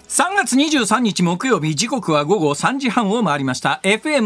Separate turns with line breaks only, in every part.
3月23日木曜日、時刻は午後3時半を回りました。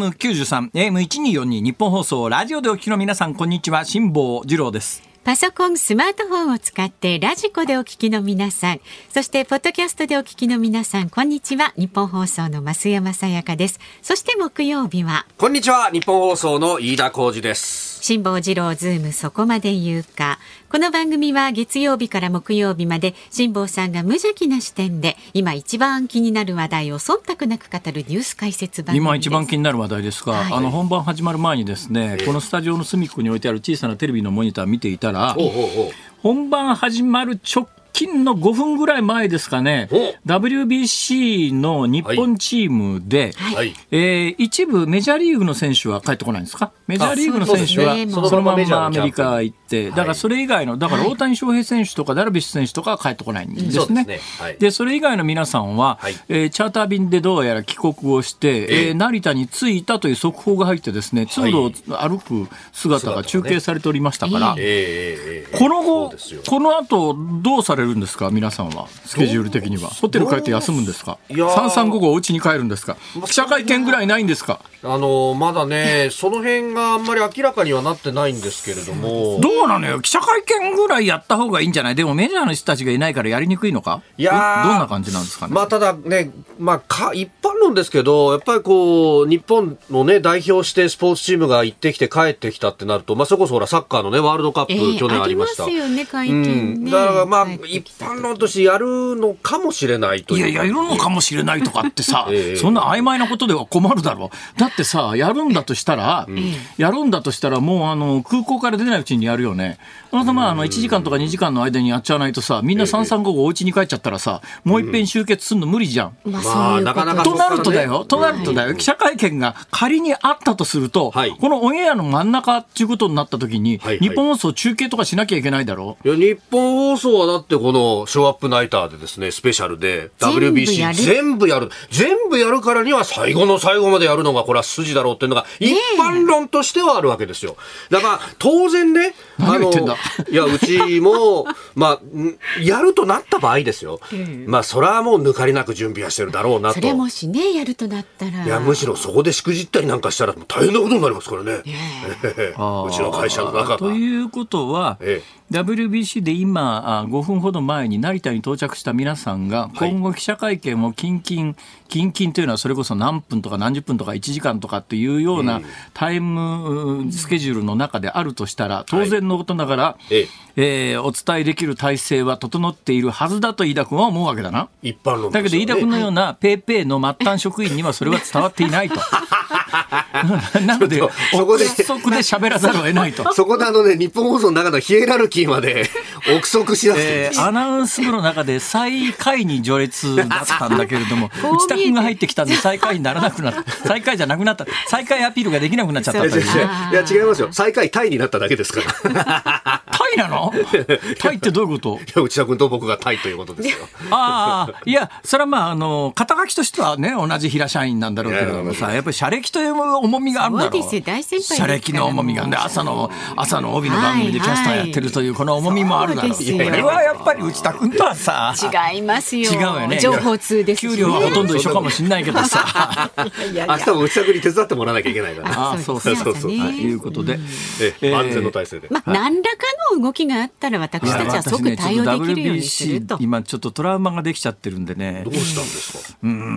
FM93 AM1242 日本放送ラジオでお聞きの皆さん、こんにちは。辛坊治郎です。
パソコン、スマートフォンを使ってラジコでお聞きの皆さん、そしてポッドキャストでお聞きの皆さん、こんにちは。日本放送の増山さやかです。そして木曜日は
こんにちは。日本放送の飯田浩司です。
辛坊治郎ズームそこまで言うか。この番組は月曜日から木曜日まで辛坊さんが無邪気な視点で今一番気になる話題を忖度なく語るニュース解説番組です。
今一番気になる話題ですが、はい、本番始まる前にですね、このスタジオの隅っこに置いてある小さなテレビのモニター見ていたら、本番始まる直近の5分ぐらい前ですかね、WBC の日本チームで、一部メジャーリーグの選手は帰ってこないんですか。メジャーリーグの選手はそのままアメリカ行って、だからそれ以外の、だから大谷翔平選手とかダルビッシュ選手とかは帰ってこないんですね。でそれ以外の皆さんは、チャーター便でどうやら帰国をして、成田に着いたという速報が入ってですね、通路を歩く姿が中継されておりましたから、この後、この後どうされるんですか。皆さんはスケジュール的にはホテル帰って休むんですか。335号お家に帰るんですか。記者会見ぐらいないんですか。
まだねその辺があんまり明らかにはなってないんですけれども、
どうなのよ。記者会見ぐらいやった方がいいんじゃない。でもメジャーの人たちがいないからやりにくいのか。どんな感じなんですかね。
ただね、一般論ですけど、やっぱりこう日本のね代表してスポーツチームが行ってきて帰ってきたってなると、それこそほらサッカーのねワールドカップ、去年ありました。
ありますよね、会見ね。
だから一般論としてやるのかもしれないという。
いややるのかもしれないとかってさ、そんな曖昧なことでは困るだろう。だってさ、やるんだとしたら、もう空港から出ないうちにやるよね。1時間とか2時間の間にやっちゃわないとさ、みんな335お家に帰っちゃったらさ、もう一遍集結するの無理じゃん。
なかなか
となるとだよ、記者会見が仮にあったとすると、このオンエアの真ん中っていうことになった時に、日本放送中継とかしなきゃいけないだろう。
いや日本放送はだってこのショーアップナイターでですね、スペシャルで WBC 全部やるからには最後の最後までやるのがこれは筋だろうっていうのが一般論としてはあるわけですよ。だから当然ね、
何言ってんだ。
いやうちもやるとなった場合ですよ、それはもう抜かりなく準備はしてるだろうなと。
それもしねやるとなったら、
いやむしろそこでしくじったりなんかしたら大変なことになりますからね、うちの会社の中が。
ということは、WBC で今5分ほど前に成田に到着した皆さんが今後記者会見をキンキンというのはそれこそ何分とか何十分とか1時間とかっていうようなタイムスケジュールの中であるとしたら、当然のことながら、お伝えできる体制は整っているはずだと飯田君は思うわけだな。
一般論ですよね。
だけど飯田君のようなペーペーの末端職員にはそれは伝わっていないとなので憶測で喋らざるを得ないと。
そこで日本放送の中のヒエラルキーまで憶測しだす、
アナウンス部の中で最下位に序列だったんだけれども内田君が入ってきたんで最下位にならなくなった。最下位じゃなくなった。最下位アピールができなくなっちゃった。
いや違いますよ。最下位タイになっただけですから
タイなの。タイってどういうこと。
いや内田君と僕がタイということですよ。
いやそれは肩書きとしてはね同じ平社員なんだろうけれどもさ、やっぱり社歴という重みがあるんだろう。
そうですよ、大先輩ですから。
社歴の重みがあるんで、朝の帯の番組でキャスターやってるというこの重みもあるだろう。これはやっぱり内田君とはさ
違いますよ。
違うよね。
情報通ですしね。
給料はほとんど一緒かもしれないけどさ
明日も内田君に手伝ってもらわなきゃいけないから。
そうということで、
万全の体制で、
何らかの動きがあったら私たちは即対応できるようにすると。
今ちょっとトラウマができちゃってるんでね。
どうしたんですか。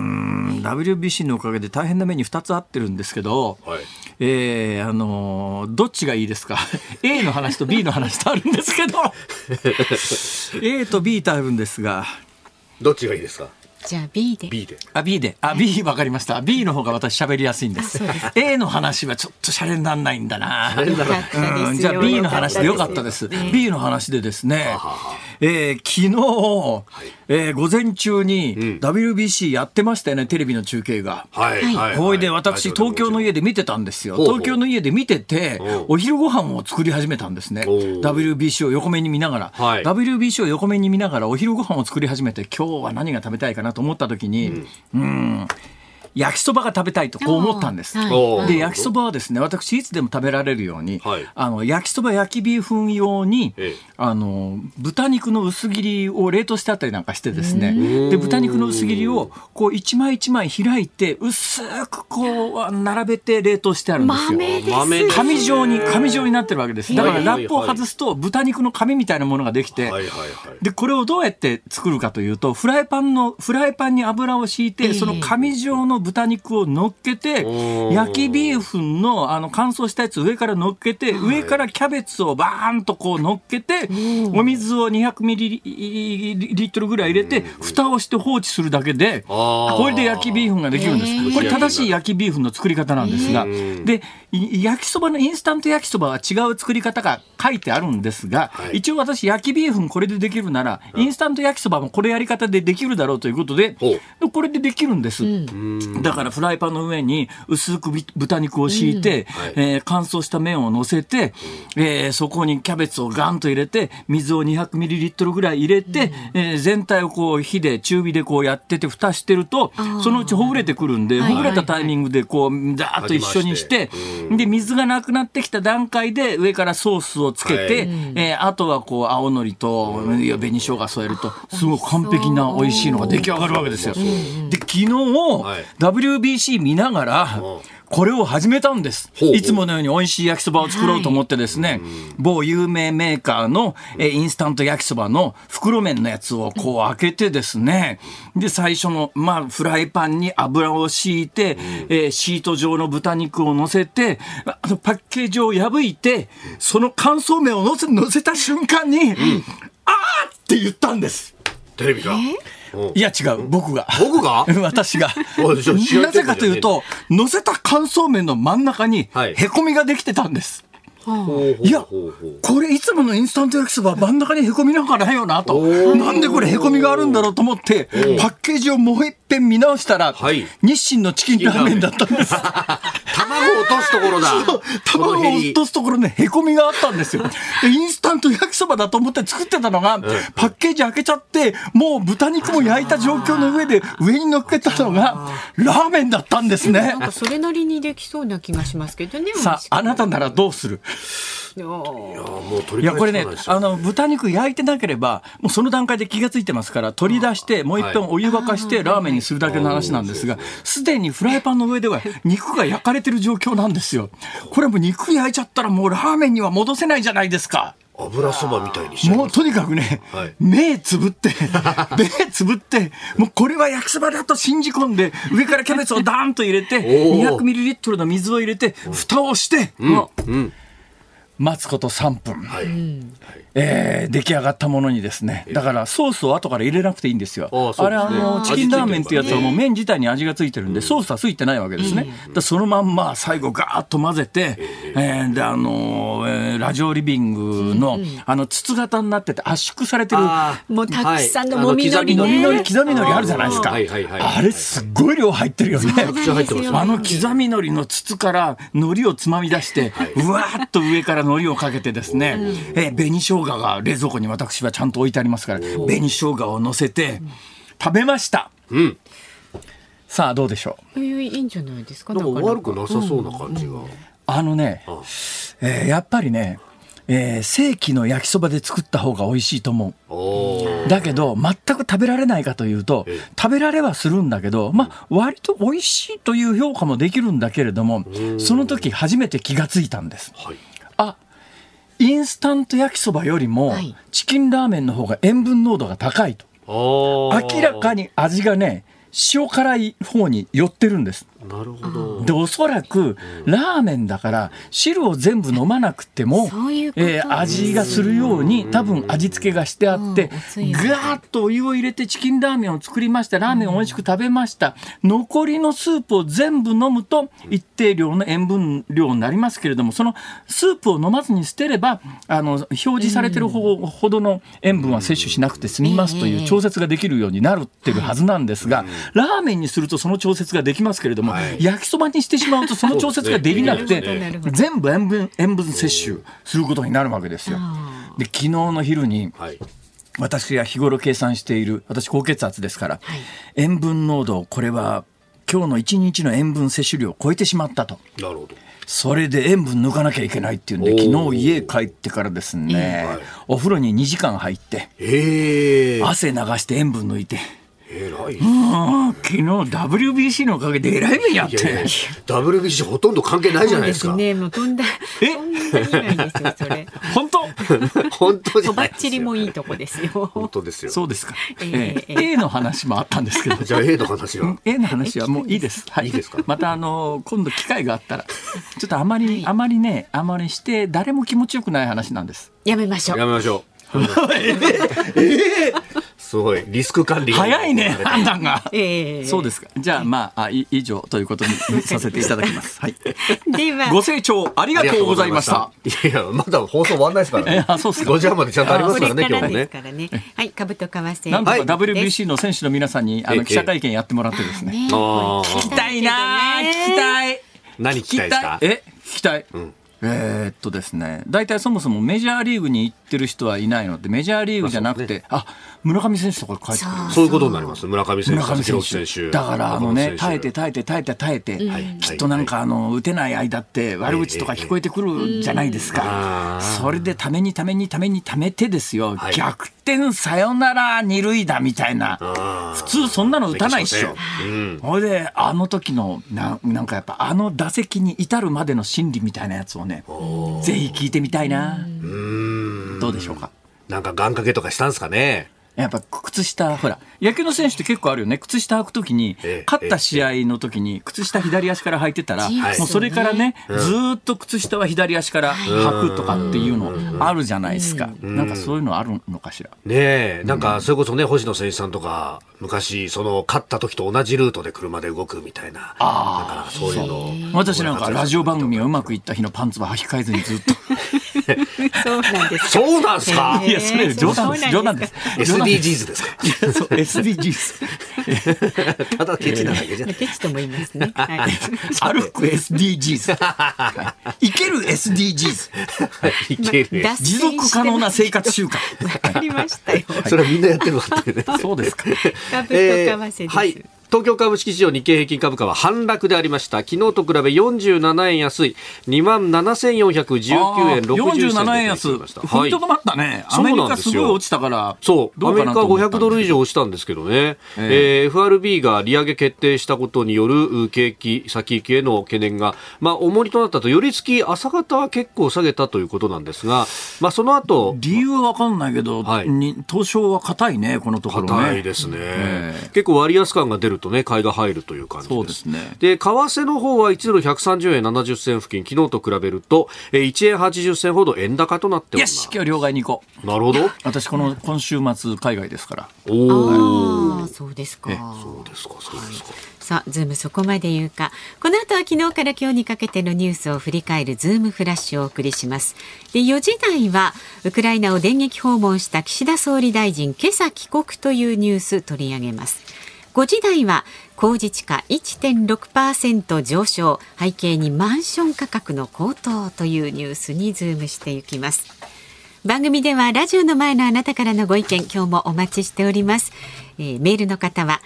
WBC のおかげで大変な目に2つあってるんですけど、どっちがいいですか。A の話と B の話とあるんですけどA と B とあるんですが、
どっちがいいですか。
じゃあ B で。
B 分かりました。 B の方が私喋りやすいんです。A の話はちょっとシャレにならないんだな。じゃあ B の話でよかったです。B の話でですね、昨日、午前中に WBC やってましたよね、テレビの中継が。ほいで私東京の家で見てたんですよ。東京の家で見ててお昼ご飯を作り始めたんですね。WBC を横目に見ながら、WBC を横目に見ながらお昼ご飯を作り始めて、今日は何が食べたいかなと思った時に、 焼きそばが食べたいとこう思ったんです。で焼きそばはですね、私いつでも食べられるように、焼きそば焼きビーフン用に豚肉の薄切りを冷凍してあったりなんかしてですね、で豚肉の薄切りをこう一枚一枚開いて薄くこう並べて冷凍してあるんですよ。紙状になってるわけです。だからラップを外すと豚肉の紙みたいなものができて、でこれをどうやって作るかというと、フライパンに油を敷いて、その紙状の豚肉を乗っけて、焼きビーフンの乾燥したやつ上から乗っけて、上からキャベツをバーンとこう乗っけて、お水を200ミリリットルぐらい入れて蓋をして放置するだけで、これで焼きビーフンができるんです。これ正しい焼きビーフンの作り方なんですが、で焼きそばのインスタント焼きそばは違う作り方が書いてあるんですが、一応私焼きビーフンこれでできるなら、インスタント焼きそばもこれやり方でできるだろうということで、これでできるんです。だからフライパンの上に薄く豚肉を敷いて、乾燥した麺を乗せて、そこにキャベツをガンと入れて、水を200ミリリットルぐらい入れて、全体をこう中火でこうやってて蓋してると、そのうちほぐれてくるんで、ほぐれたタイミングでこうザーッと一緒にして、で水がなくなってきた段階で上からソースをつけて、あとはこう青のりと紅生姜添えるとすごく完璧な美味しいのが出来上がるわけですよ。で昨日、WBC 見ながらこれを始めたんです。いつものように美味しい焼きそばを作ろうと思ってですね、某有名メーカーのインスタント焼きそばの袋麺のやつをこう開けてですね、で最初のフライパンに油を敷いて、シート状の豚肉を乗せて、パッケージを破いて、その乾燥麺を乗せた瞬間に、あーって言ったんです。
テレビが
いや違う、僕が私がなぜかというと、乗せた乾燥麺の真ん中にへこみができてたんです。いやこれいつものインスタント焼きそば真ん中にへこみなんかないよなと、なんでこれへこみがあるんだろうと思ってパッケージをもう一遍見直したら、日清のチキンラーメンだったんです。
卵を落とすところだ。
卵を落とすところにへこみがあったんですよ。でインスタント焼きそばだと思って作ってたのが、パッケージ開けちゃってもう豚肉も焼いた状況の上で上に乗っけたのがラーメンだったんですね。
なんかそれなりにできそうな気がしますけどね。
さああなたならどうする？いやこれね、豚肉焼いてなければもうその段階で気がついてますから、取り出してもう一遍お湯沸かしてラーメンにするだけの話なんですが、すでにフライパンの上では肉が焼かれてる状況なんですよ。これもう肉焼いちゃったらもうラーメンには戻せないじゃないですか。
油そばみたいにしちゃいます。
もうとにかくね、目つぶってもうこれは焼きそばだと信じ込んで、上からキャベツをダーンと入れて200ミリリットルの水を入れて蓋をして、待つこと3分、出来上がったものにですね、だからソースを後から入れなくていいんですよ。あれチキンラーメンってやつはもう麺自体に味がついてるんで、ソースはついてないわけですね。だそのまんま最後ガーッと混ぜて、でラジオリビングの筒型になってて圧縮されてる、
もうたくさんのもみのり
刻みのりあるじゃないですか。あれすっごい量入ってるよね。刻みのりの筒から海苔をつまみ出して、うわーっと上から海苔をかけてですね、紅生姜が冷蔵庫に私はちゃんと置いてありますから、紅生姜を乗せて食べました。さあどうでしょう。
いいんじゃないですか。
なんか悪くなさそうな感じが。
やっぱりね、正規の焼きそばで作った方が美味しいと思う。だけど全く食べられないかというと、食べられはするんだけど、割と美味しいという評価もできるんだけれども、その時初めて気がついたんです。インスタント焼きそばよりもチキンラーメンの方が塩分濃度が高いと。明らかに味がね、塩辛い方に寄ってるんです。
なるほど。
でおそらくラーメンだから汁を全部飲まなくても味がするように多分味付けがしてあって、ガーッとお湯を入れてチキンラーメンを作りました。ラーメンを美味しく食べました。残りのスープを全部飲むと一定量の塩分量になりますけれども、そのスープを飲まずに捨てれば表示されてるほどの塩分は摂取しなくて済みますという調節ができるようになってるはずなんですが、ラーメンにするとその調節ができますけれども、焼きそばにしてしまうとその調節ができなくて、全部塩分摂取することになるわけですよ。で昨日の昼に、私が日頃計算している、私高血圧ですから、塩分濃度これは今日の1日の塩分摂取量を超えてしまったと。
なるほど。
それで塩分抜かなきゃいけないっていうんで、昨日家帰ってからですね、お風呂に2時間入って、汗流して塩分抜いて、昨日 WBC のおかげでえらい目にあって。
WBC ほとんど関係ないじゃないですか。
そうですね、もうとんだ以外ですよそれ。
本当
本当じゃないですよ。
ばっちりもいいとこですよ。
本当ですよ。
そうですか。A の話もあったんですけど。
じゃあ A の話は
A の話はもういいです。はい。いいですか。また今度機会があったら、ちょっとあまりして誰も気持ちよくない話なんです。
やめましょう。
すごいリスク管理
早いね、判断が。そうですか。じゃあ以上ということにさせていただきます。はい。
では
ご清聴ありがとうございました。
いやまだ放送終わんないですからね。そうですか。5時半までちゃんとありますからね、今日もね。
はい、株と為替。
なんとか WBC の選手の皆さんに記者会見やってもらってですね。聞きたいな、聞きたい。
何聞きたいですか。
聞きたい。ですね、大体そもそもメジャーリーグに行ってる人はいないので、メジャーリーグじゃなくて、村上選手とか帰ってくる。
そういうことになります。村上選手、
だから耐えてきっとなんか打てない間って悪口とか聞こえてくるじゃないですか。それでためにためてですよ、逆転サヨナラ二塁打みたいな、普通そんなの打たないっしょ。それで時のなんかやっぱ打席に至るまでの心理みたいなやつをね、ぜひ聞いてみたいな。どうでしょうか。
なんか願掛けとかしたんですかね。
やっぱ靴下、ほら野球の選手って結構あるよね。靴下履くときに、勝った試合のときに靴下左足から履いてたら、もうそれからね、ずっと靴下は左足から履くとかっていうのあるじゃないですか。なんかそういうのあるのかしら。
ねえ、なんかそれこそね、星野選手さんとか昔その勝った時と同じルートで車で動くみたいな、なんかそういうの。
私なんかラジオ番組がうまくいった日のパンツは履き替えずにずっと。
そうなんです。
そうなんですか。
いや、それ冗談です。
SDGs ですか。
そう SDGs。
ただケチなだけじゃない。
ケチとも言いますね。
歩く SDGs。生ける SDGs。持続可能な生活習慣。
わかりましたよ。
それはみんなやってるわってね。
そうですか。
株と為替です。
はい。東京株式市場日経平均株価は反落でありました。昨日と比べ47円安い 27,419 円60銭
47円安。踏みとどまったね。アメリカすごい落ちたから。
そう。アメリカ500ドル以上落ちたんですけどね。FRB が利上げ決定したことによる景気先行きへの懸念が、重りとなったと、寄り付き朝方は結構下げたということなんですが、その後。
理由は分かんないけど、東証は硬いね、このところね。
硬いですね。結構割安感が出るとね、買いが入るという感じです。
そうですね。
で、為替の方は1ドル130円70銭付近、昨日と比べると1円80銭ほど円高となっております。
よし、今日両替に行こう。
なるほど。
私今週末海外ですから。
そうですか。
そうですか。
さあ、ズームそこまで言うか。この後は昨日から今日にかけてのニュースを振り返るズームフラッシュをお送りします。で、4時台はウクライナを電撃訪問した岸田総理大臣、今朝帰国というニュース取り上げます。5時台は公示地価 1.6% 上昇、背景にマンション価格の高騰というニュースにズームしていきます。番組ではラジオの前のあなたからのご意見、今日もお待ちしております。メールの方は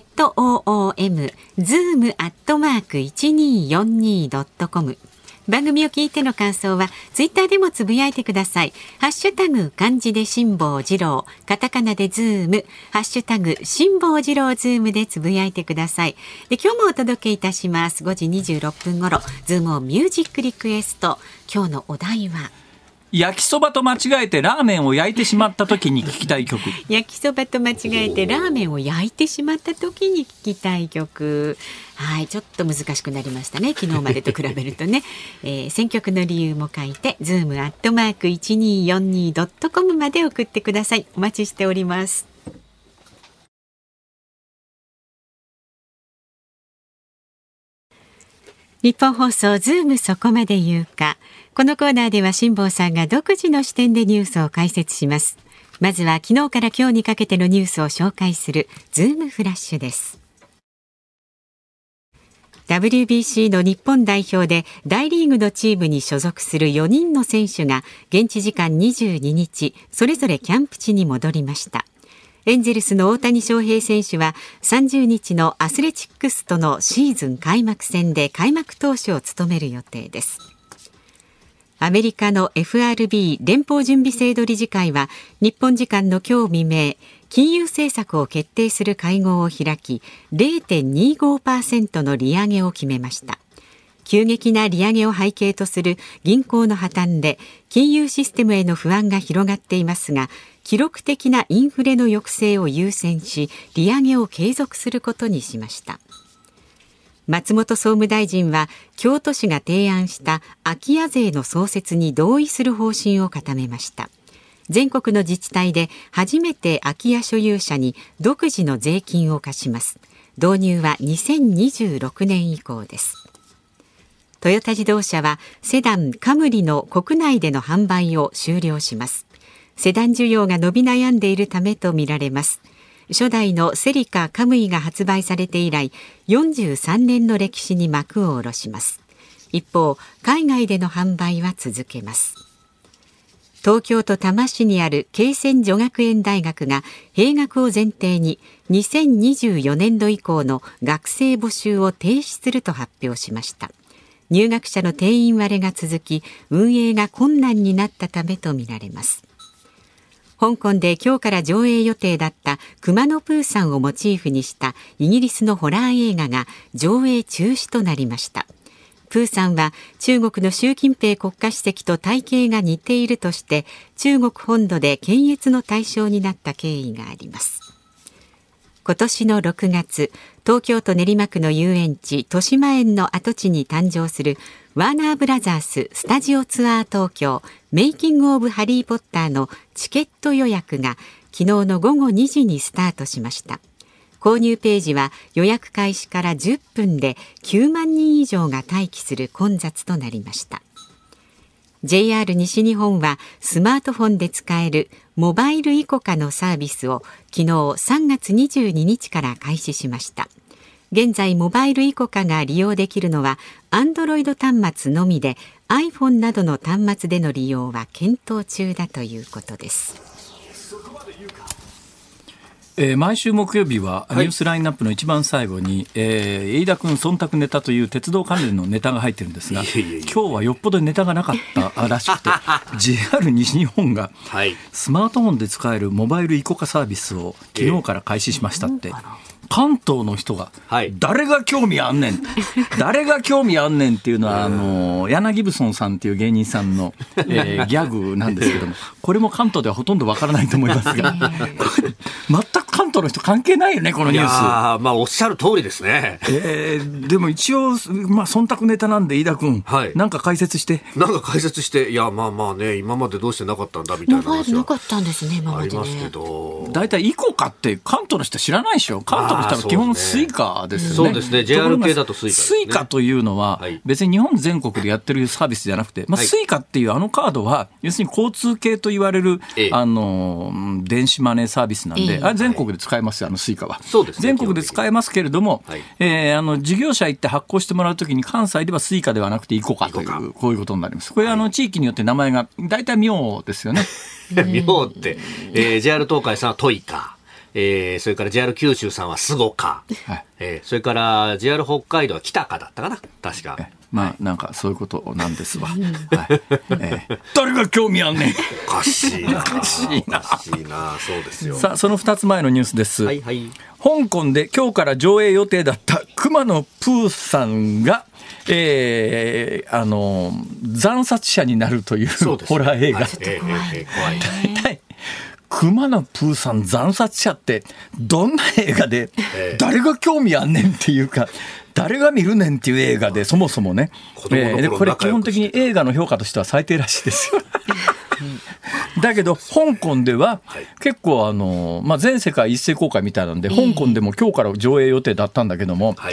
zoom@1242.com、番組を聞いての感想はツイッターでもつぶやいてください。ハッシュタグ漢字で辛坊治郎、カタカナでズーム、ハッシュタグ辛坊治郎ズームでつぶやいてください。で、今日もお届けいたします。5時26分頃、ズームをミュージックリクエスト。今日のお題は
焼きそばと間違えてラーメンを焼いてしまった時に聞きたい曲。
焼きそばと間違えてラーメンを焼いてしまった時に聞きたい曲。はい、ちょっと難しくなりましたね、昨日までと比べるとね。選曲の理由も書いて zoom@1242.com まで送ってください。お待ちしております。日本放送ズームそこまで言うか。このコーナーでは辛坊さんが独自の視点でニュースを解説します。まずは昨日から今日にかけてのニュースを紹介するズームフラッシュです。WBC の日本代表で大リーグのチームに所属する4人の選手が現地時間22日それぞれキャンプ地に戻りました。 エンゼルスの大谷翔平選手は30日のアスレチックスとのシーズン開幕戦で開幕投手を務める予定です。アメリカの FRB 連邦準備制度理事会は日本時間の今日未明、金融政策を決定する会合を開き 0.25% の利上げを決めました。急激な利上げを背景とする銀行の破綻で金融システムへの不安が広がっていますが、記録的なインフレの抑制を優先し利上げを継続することにしました。松本総務大臣は京都市が提案した空き家税の創設に同意する方針を固めました。全国の自治体で初めて空き家所有者に独自の税金を課します。導入は2026年以降です。トヨタ自動車はセダンカムリの国内での販売を終了します。セダン需要が伸び悩んでいるためとみられます。初代のセリカカムイが発売されて以来43年の歴史に幕を下ろします。一方、海外での販売は続けます。東京都多摩市にある恵泉女学園大学が閉学を前提に2024年度以降の学生募集を停止すると発表しました。入学者の定員割れが続き、運営が困難になったためとみられます。香港で今日から上映予定だったくまのプーさんをモチーフにしたイギリスのホラー映画が上映中止となりました。プーさんは中国の習近平国家主席と体型が似ているとして中国本土で検閲の対象になった経緯があります。今年の6月、東京都練馬区の遊園地豊島園の跡地に誕生するワーナーブラザーススタジオツアー東京メイキングオブハリーポッターのチケット予約が昨日の午後2時にスタートしました。購入ページは予約開始から10分で9万人以上が待機する混雑となりました。JR 西日本はスマートフォンで使えるモバイルイコカのサービスを昨日3月22日から開始しました。現在モバイルイコカが利用できるのは Android 端末のみで iPhone などの端末での利用は検討中だということです。
毎週木曜日はニュースラインナップの一番最後に、飯田君忖度ネタという鉄道関連のネタが入ってるんですが、今日はよっぽどネタがなかったらしくてJR 西日本がスマートフォンで使えるモバイルイコカサービスを昨日から開始しましたって、関東の人が誰が興味あんねん誰が興味あんねんっていうのは柳ブソンさんっていう芸人さんの、ギャグなんですけども、これも関東ではほとんどわからないと思いますが全く関東の人関係ないよね、このニュース。
まあおっしゃる通りですね。
でも一応、忖度ネタなんで飯田君、なんか解説して。
いやまあね、今までどうしてなかったんだみたいな話は
モバイルなかったんですね、今までね。
ありますけど、
だいたいイコカって関東の人は知らないでしょ。関東の人は基本スイカですよね。
そうですね、JR 系だとスイカですね。
スイカというのは別に日本全国でやってるサービスじゃなくて、スイカっていうカードは要するに交通系と言われる、電子マネーサービスなんで、全国で使えますよ、スイカは。
そうですね、
全国で使えますけれども、事業者行って発行してもらうときに関西ではスイカではなくてイコカというこういうことになります。これ地域によって名前が大体妙ですよね。
妙って、JR 東海さんはトイカ、それから JR 九州さんはスゴカ、それから JR 北海道は北かだったかな、確か。
なんかそういうことなんですわ。誰が興味あんねん。
おかしいなそうですよ。
さあ、その2つ前のニュースです。香港で今日から上映予定だったくまのプーさんが、惨殺者になるというホラー映画。大体くまのプーさん惨殺者ってどんな映画で、誰が興味あんねんっていうか、誰が見るねんっていう映画で、そもそもね、でこれ基本的に映画の評価としては最低らしいですよだけど香港では結構全世界一斉公開みたいなんで、香港でも今日から上映予定だったんだけども、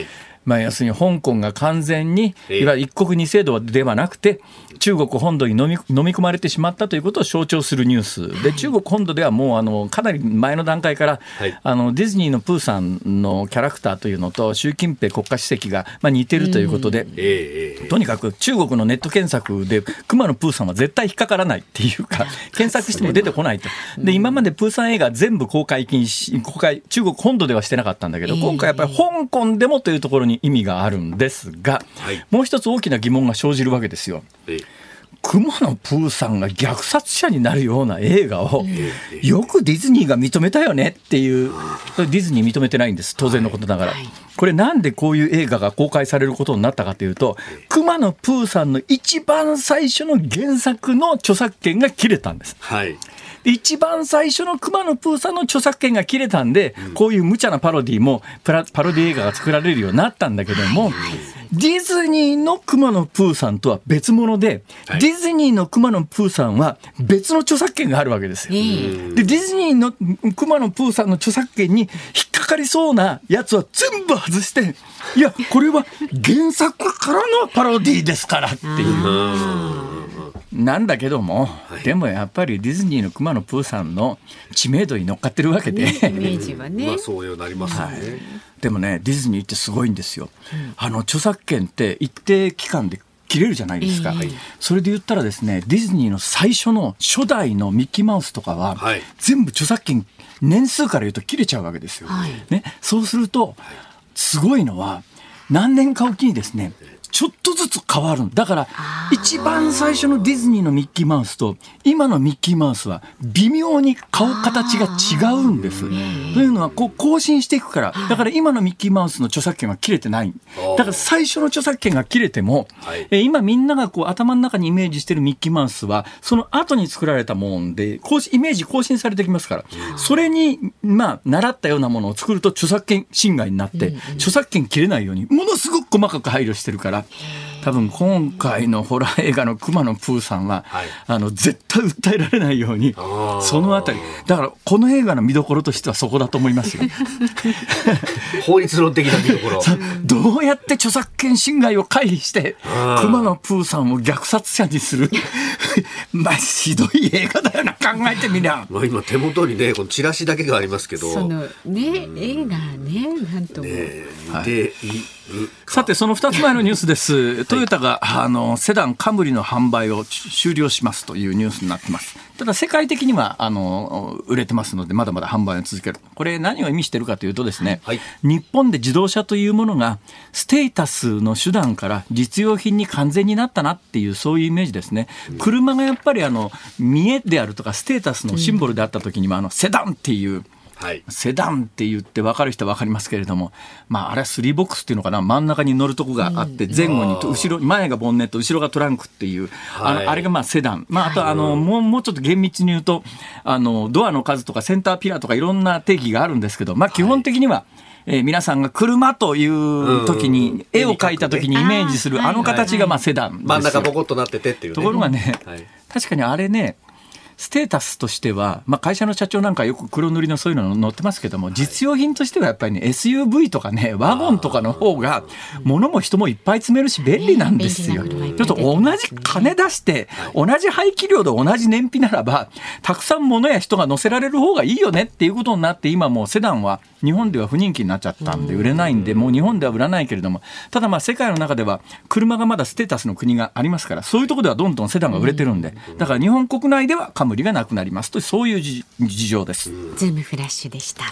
要するに香港が完全にいわゆる一国二制度ではなくて中国本土に飲み込まれてしまったということを象徴するニュースで、中国本土ではもうかなり前の段階から、ディズニーのプーさんのキャラクターというのと習近平国家主席が似てるということで、とにかく中国のネット検索でクマのプーさんは絶対引っかからないっていうか検索しても出てこないと。で今までプーさん映画全部公開禁止、中国本土ではしてなかったんだけど、今回やっぱり香港でもというところに意味があるんですが、もう一つ大きな疑問が生じるわけですよ。クマのプーさんが虐殺者になるような映画をよくディズニーが認めたよねっていう。ディズニー認めてないんです、当然のことながら。これなんでこういう映画が公開されることになったかというと、クマのプーさんの一番最初の原作の著作権が切れたんです。一番最初のクマのプーさんの著作権が切れたんで、こういう無茶なパロディもパロディ映画が作られるようになったんだけども、ディズニーのクマのプーさんとは別物で、ディズニーのクマのプーさんは別の著作権があるわけですよ。でディズニーのクマのプーさんの著作権に引っかかりそうなやつは全部外して、いやこれは原作からのパロディですからっていうなんだけども、でもやっぱりディズニーのクマのプーさんの知名度に乗っかってるわけで、
イメージはね、
そういうなりますよね。
でもね、ディズニーってすごいんですよ。著作権って一定期間で切れるじゃないですか。それで言ったらですね、ディズニーの最初の初代のミッキーマウスとかは、全部著作権年数から言うと切れちゃうわけですよ。そうするとすごいのは何年かおきにですね、ちょっとずつ変わる。だから一番最初のディズニーのミッキーマウスと今のミッキーマウスは微妙に顔形が違うんです。というのはこう更新していくから。だから今のミッキーマウスの著作権は切れてない。だから最初の著作権が切れても、今みんながこう頭の中にイメージしてるミッキーマウスはその後に作られたものでイメージ更新されてきますから、それに習ったようなものを作ると著作権侵害になって、著作権切れないようにものすごく細かく配慮してるから、多分今回のホラー映画のクマのプーさんは、絶対訴えられないようにそのあたりだからこの映画の見どころとしてはそこだと思いますよ。
法律論的な見どころ
どうやって著作権侵害を回避してクマのプーさんを虐殺者にするひどい映画だよな、考えてみりゃ。
今手元にねこのチラシだけがありますけど、
そのね、映画ね、なんとも
見ている。
さてその2つ前のニュースです。トヨタがセダンカムリの販売を終了しますというニュースになってます。ただ世界的には売れてますのでまだまだ販売を続ける。これ何を意味しているかというとですね、日本で自動車というものがステータスの手段から実用品に完全になったなっていう、そういうイメージですね。車がやっぱり見栄であるとかステータスのシンボルであった時にはセダンっていうセダンって言って分かる人は分かりますけれども、あれは3ボックスっていうのかな、真ん中に乗るとこがあって前後に後ろ前がボンネット後ろがトランクっていう、あれがセダン、あともうちょっと厳密に言うとドアの数とかセンターピラーとかいろんな定義があるんですけど、基本的には皆さんが車という時に絵を描いた時にイメージする形がセダンですよ。
真ん中ボコッとなっててっていうね。
ところがね、確かにあれね、ステータスとしては、会社の社長なんかよく黒塗りのそういうの載ってますけども、実用品としてはやっぱりね SUV とかねワゴンとかの方が物も人もいっぱい積めるし便利なんですよ。ちょっと同じ金出して同じ排気量で同じ燃費ならばたくさん物や人が乗せられる方がいいよねっていうことになって、今もうセダンは日本では不人気になっちゃったんで売れないんで、もう日本では売らないけれども、ただ世界の中では車がまだステータスの国がありますから、そういうところではどんどんセダンが売れてるんで、だから日本国内ではカムリがなくなりますと、そういう事情です。
ズームフラッシュでした。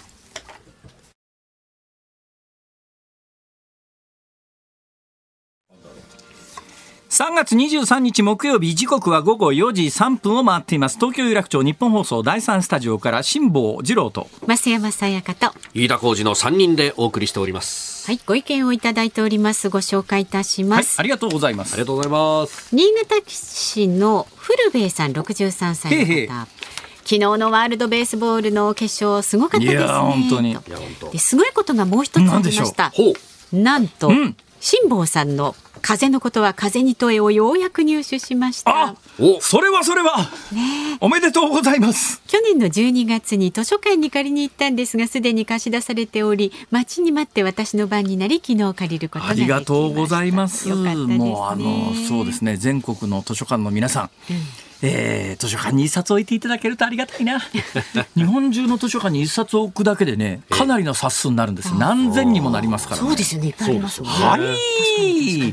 3月23日木曜日、時刻は午後4時3分を回っています。東京有楽町日本放送第3スタジオから辛坊治郎と
増山さやかと
飯田浩司の3人でお送りしております。
はい、ご意見をいただいております。ご紹介いたします。
ありがとうございます。
ありがとうございます。
新潟市の古兵衛さん63歳の方、昨日のワールドベースボールの決勝すごかったですね。
いや本当に
ですごいことがもう一つありました。なんと、辛坊さんの風のことは風に問えをようやく入手しました。
それは、ね、おめでとうございます。
去年の12月に図書館に借りに行ったんですが、すでに貸し出されており、待ちに待って私の番になり、昨日借りることができました。
ありがとうございます。
よかったですね。
もうそうですね、全国の図書館の皆さん、図書館に一冊置いていただけるとありがたいな。日本中の図書館に一冊置くだけでね、かなりの冊数になるんです。何千にもなりますからね。
そうですよね、いっぱいありますもんね。
はい、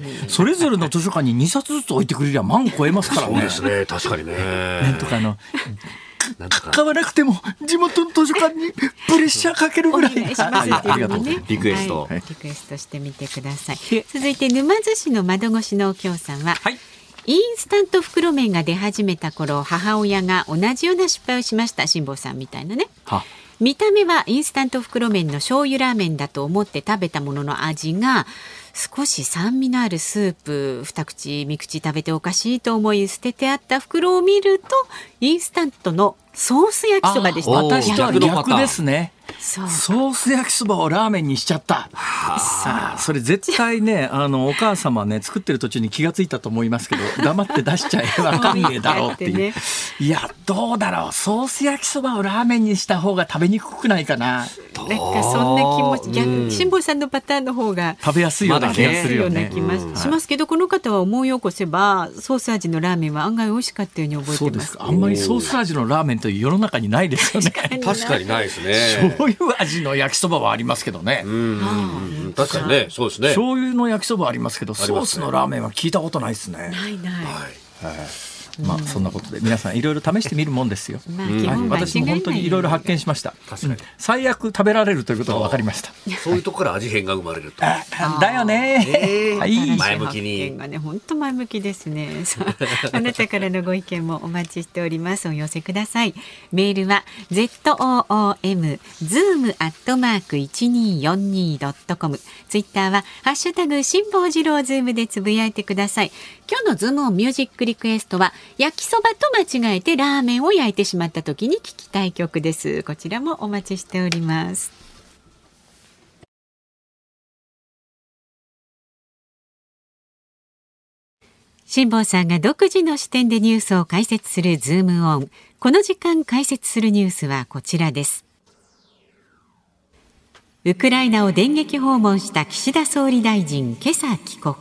それぞれの図書館に2冊ずつ置いてくれりゃ万超えますからね。
そうですね、確かにね。
なんとか買わなくても地元の図書館にプレッシャーかけるぐらい。
お願いしますっていうのね、
リクエスト、
リクエストしてみてください。続いて沼津市の窓越しのお京さんは、インスタント袋麺が出始めた頃、母親が同じような失敗をしました。辛坊さんみたいなね。見た目はインスタント袋麺の醤油ラーメンだと思って食べたものの、味が少し酸味のあるスープ、二口三口食べておかしいと思い捨ててあった袋を見ると、インスタントのソース焼きそばでした。
私とは逆ですね。
ソ
ース焼きそばをラーメンにしちゃった。それ絶対ね、お母様ね、作ってる途中に気がついたと思いますけど、黙って出しちゃえばわかんねえだろうっていう。いや、どうだろう、ソース焼きそばをラーメンにした方が食べにくくないかな。
なんかそんな気持ち、逆、辛坊さんのパターンの方が
食べやすいような気がするよね。
しますけど、この方は思い起こせばソース味のラーメンは案外美味しかったように覚えてます。
そうですか。あんまりソース味のラーメンという世の中にないですよね。
確かにないですね。
醤油味の焼きそばはありますけどね。
確かにね、そうですね。
醤油の焼きそばありますけど、ソースのラーメンは聞いたことないですね。
ない。
そんなことで皆さんいろいろ試してみるもんですよ。私も本当にいろいろ発見しました。最悪食べられるということが分かりました。
そういうところから味変が生まれると。
だよね。
前向きに。
本当前向きですね。あなたからのご意見もお待ちしております。お寄せください。メールは zoom@1242.com。ツイッターはハッシュタグ辛坊治郎ズームでつぶやいてください。今日のズームオンミュージックリクエストは、焼きそばと間違えてラーメンを焼いてしまった時に聞きたい曲です。こちらもお待ちしております。辛坊さんが独自の視点でニュースを解説するズームオン。この時間解説するニュースはこちらです。ウクライナを電撃訪問した岸田総理大臣、今朝帰国。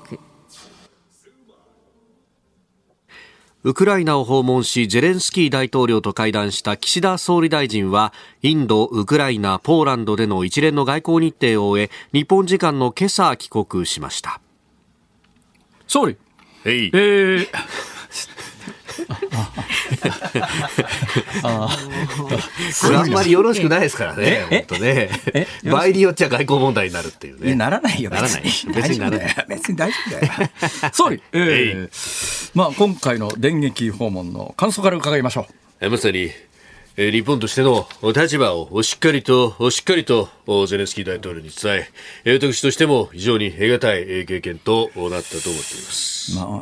ウクライナを訪問し、ゼレンスキー大統領と会談した岸田総理大臣は、インド、ウクライナ、ポーランドでの一連の外交日程を終え、日本時間の今朝帰国しました。
総理、
これあんまりよろしくないですからね。本当ね。場合によっちゃ外交問題になるっていうね。
ならないよ。
ならない。別にならない。
別に大丈夫だよ。総理、今回の電撃訪問の感想から伺いましょ
う。まさに日本としての立場をしっかりとゼレンスキー大統領に伝え、私としても非常に得難い経験となったと思っています。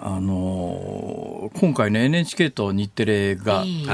今回ね、 NHK と日テレが、一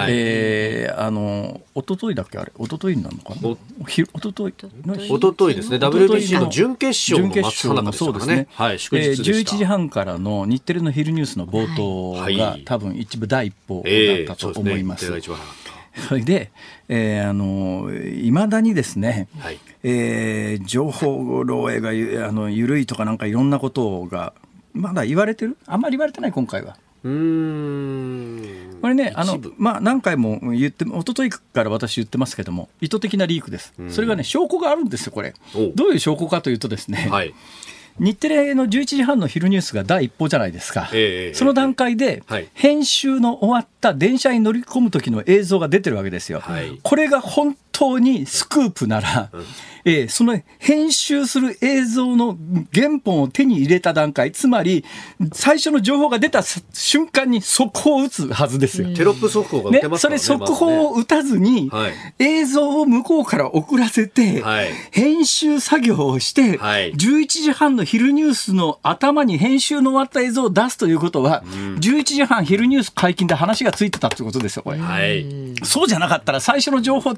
昨日だっけ、あれ一昨日なのかな、一昨日
ですね。 WBC の準決勝の真っ最中でしたからね。
11時半からの日テレの昼ニュースの冒頭が、多分一部第一報だったと思います。それで、未だにですね、情報漏洩が緩いとかなんかいろんなことがまだ言われてる、あんまり言われてない今回は。これね、何回も言って、一昨日から私言ってますけども、意図的なリークです。それがね、証拠があるんですよ。これどういう証拠かというとですね、日テレの11時半の昼ニュースが第一報じゃないですか。その段階で、編集の終わった電車に乗り込む時の映像が出てるわけですよ。これが本当にスクープなら、その編集する映像の原本を手に入れた段階、つまり最初の情報が出た瞬間に速報を打つはずですよ。
テロップ速報が打てますからね。
それ速報を打たずに、映像を向こうから送らせて、編集作業をして、11時半の昼ニュースの頭に編集の終わった映像を出すということは、11時半昼ニュース解禁で話がついてたということですよ、これ。そうじゃなかったら最初の情報を手に入れた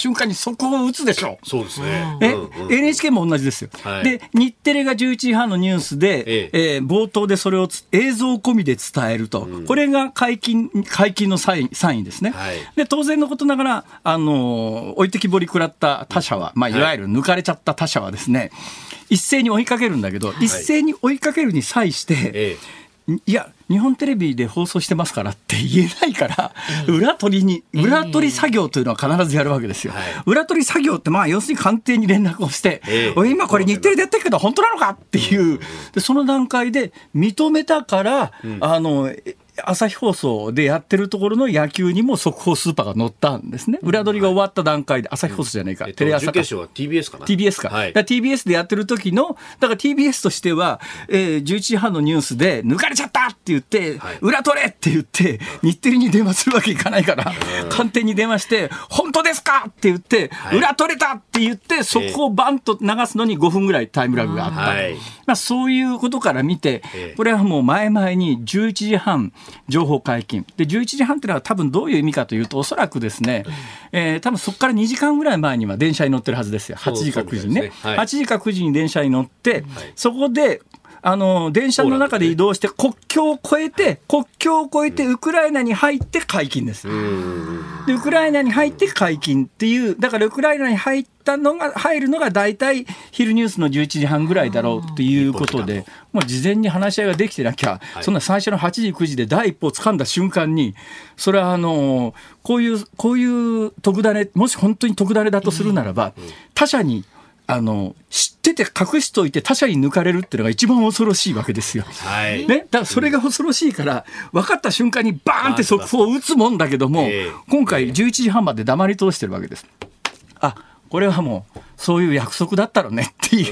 瞬間に速報を打つでしょ。
そうですね。
NHK も同じですよ。はい、で日テレが11時半のニュースで、冒頭でそれを映像込みで伝えると、これが解禁のサインですね。はい、で当然のことながら置いてきぼり食らった他社は、いわゆる抜かれちゃった他社はですね、一斉に追いかけるんだけど、一斉に追いかけるに際して、いや日本テレビで放送してますからって言えないから、裏取り作業というのは必ずやるわけですよ。裏取り作業って要するに官邸に連絡をして、今これ日テレでやってるけど本当なのかっていう、でその段階で認めたから、朝日放送でやってるところの野球にも速報スーパーが載ったんですね。裏取りが終わった段階で、朝日放送じゃないか、テレ朝か、
準決勝は TBS かな、
TBS か、だから TBS でやってる時の、だから TBS としては、11時半のニュースで抜かれちゃったって言って、裏取れって言って日テレに電話するわけいかないから、官邸に電話して本当ですかって言って、裏取れたって言って速報バンと流すのに5分ぐらいタイムラグがあった、そういうことから見て、これはもう前々に11時半情報解禁で、11時半ってのは多分どういう意味かというと、おそらくですね、多分そこから2時間ぐらい前には電車に乗ってるはずですよ。8時か9時にね、8時か9時に電車に乗って、そこで電車の中で移動して国境を越えてウクライナに入って解禁です。でウクライナに入って解禁っていう、だからウクライナに入るのが大体昼ニュースの11時半ぐらいだろうっていうことで、もう事前に話し合いができてなきゃ、そんな最初の8時9時で第一歩を掴んだ瞬間に、それはこういう特ダネ、もし本当に特ダネだとするならば、他社に知ってて隠しておいて他社に抜かれるっていうのが一番恐ろしいわけですよ。ね、だからそれが恐ろしいから、分かった瞬間にバーンって速報を打つもんだけども、今回11時半まで黙り通してるわけです。これはもうそういう約束だったろねっていう、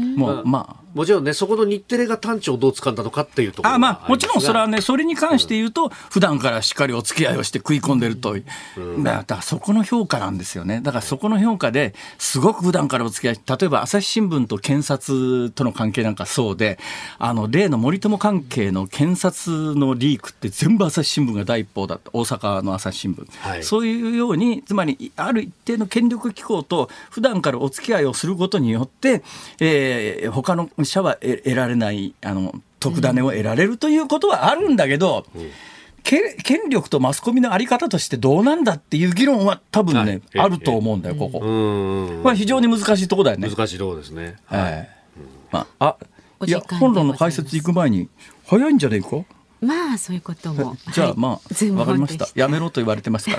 もちろんね、そこの日テレが端緒をどう掴んだのかっていうところは
もちろんそれはね、それに関して言うと、普段からしっかりお付き合いをして食い込んでると、だからそこの評価なんですよね。だからそこの評価ですごく普段からお付き合い、例えば朝日新聞と検察との関係なんかそうで、例の森友関係の検察のリークって全部朝日新聞が第一報だった、大阪の朝日新聞、そういうように、つまりある一定の権力機構と普段からお付き合いをすることによって、他の社は得られない特ダネを得られるということはあるんだけど、権力とマスコミのあり方としてどうなんだっていう議論は多分ね、あると思うんだよ、ここ。これ非常に難しいところだよね。
難しいところですね。
いや、本論の解説行く前に早いんじゃねえか。
そういうことも。
じゃあわかりました。やめろと言われてますから。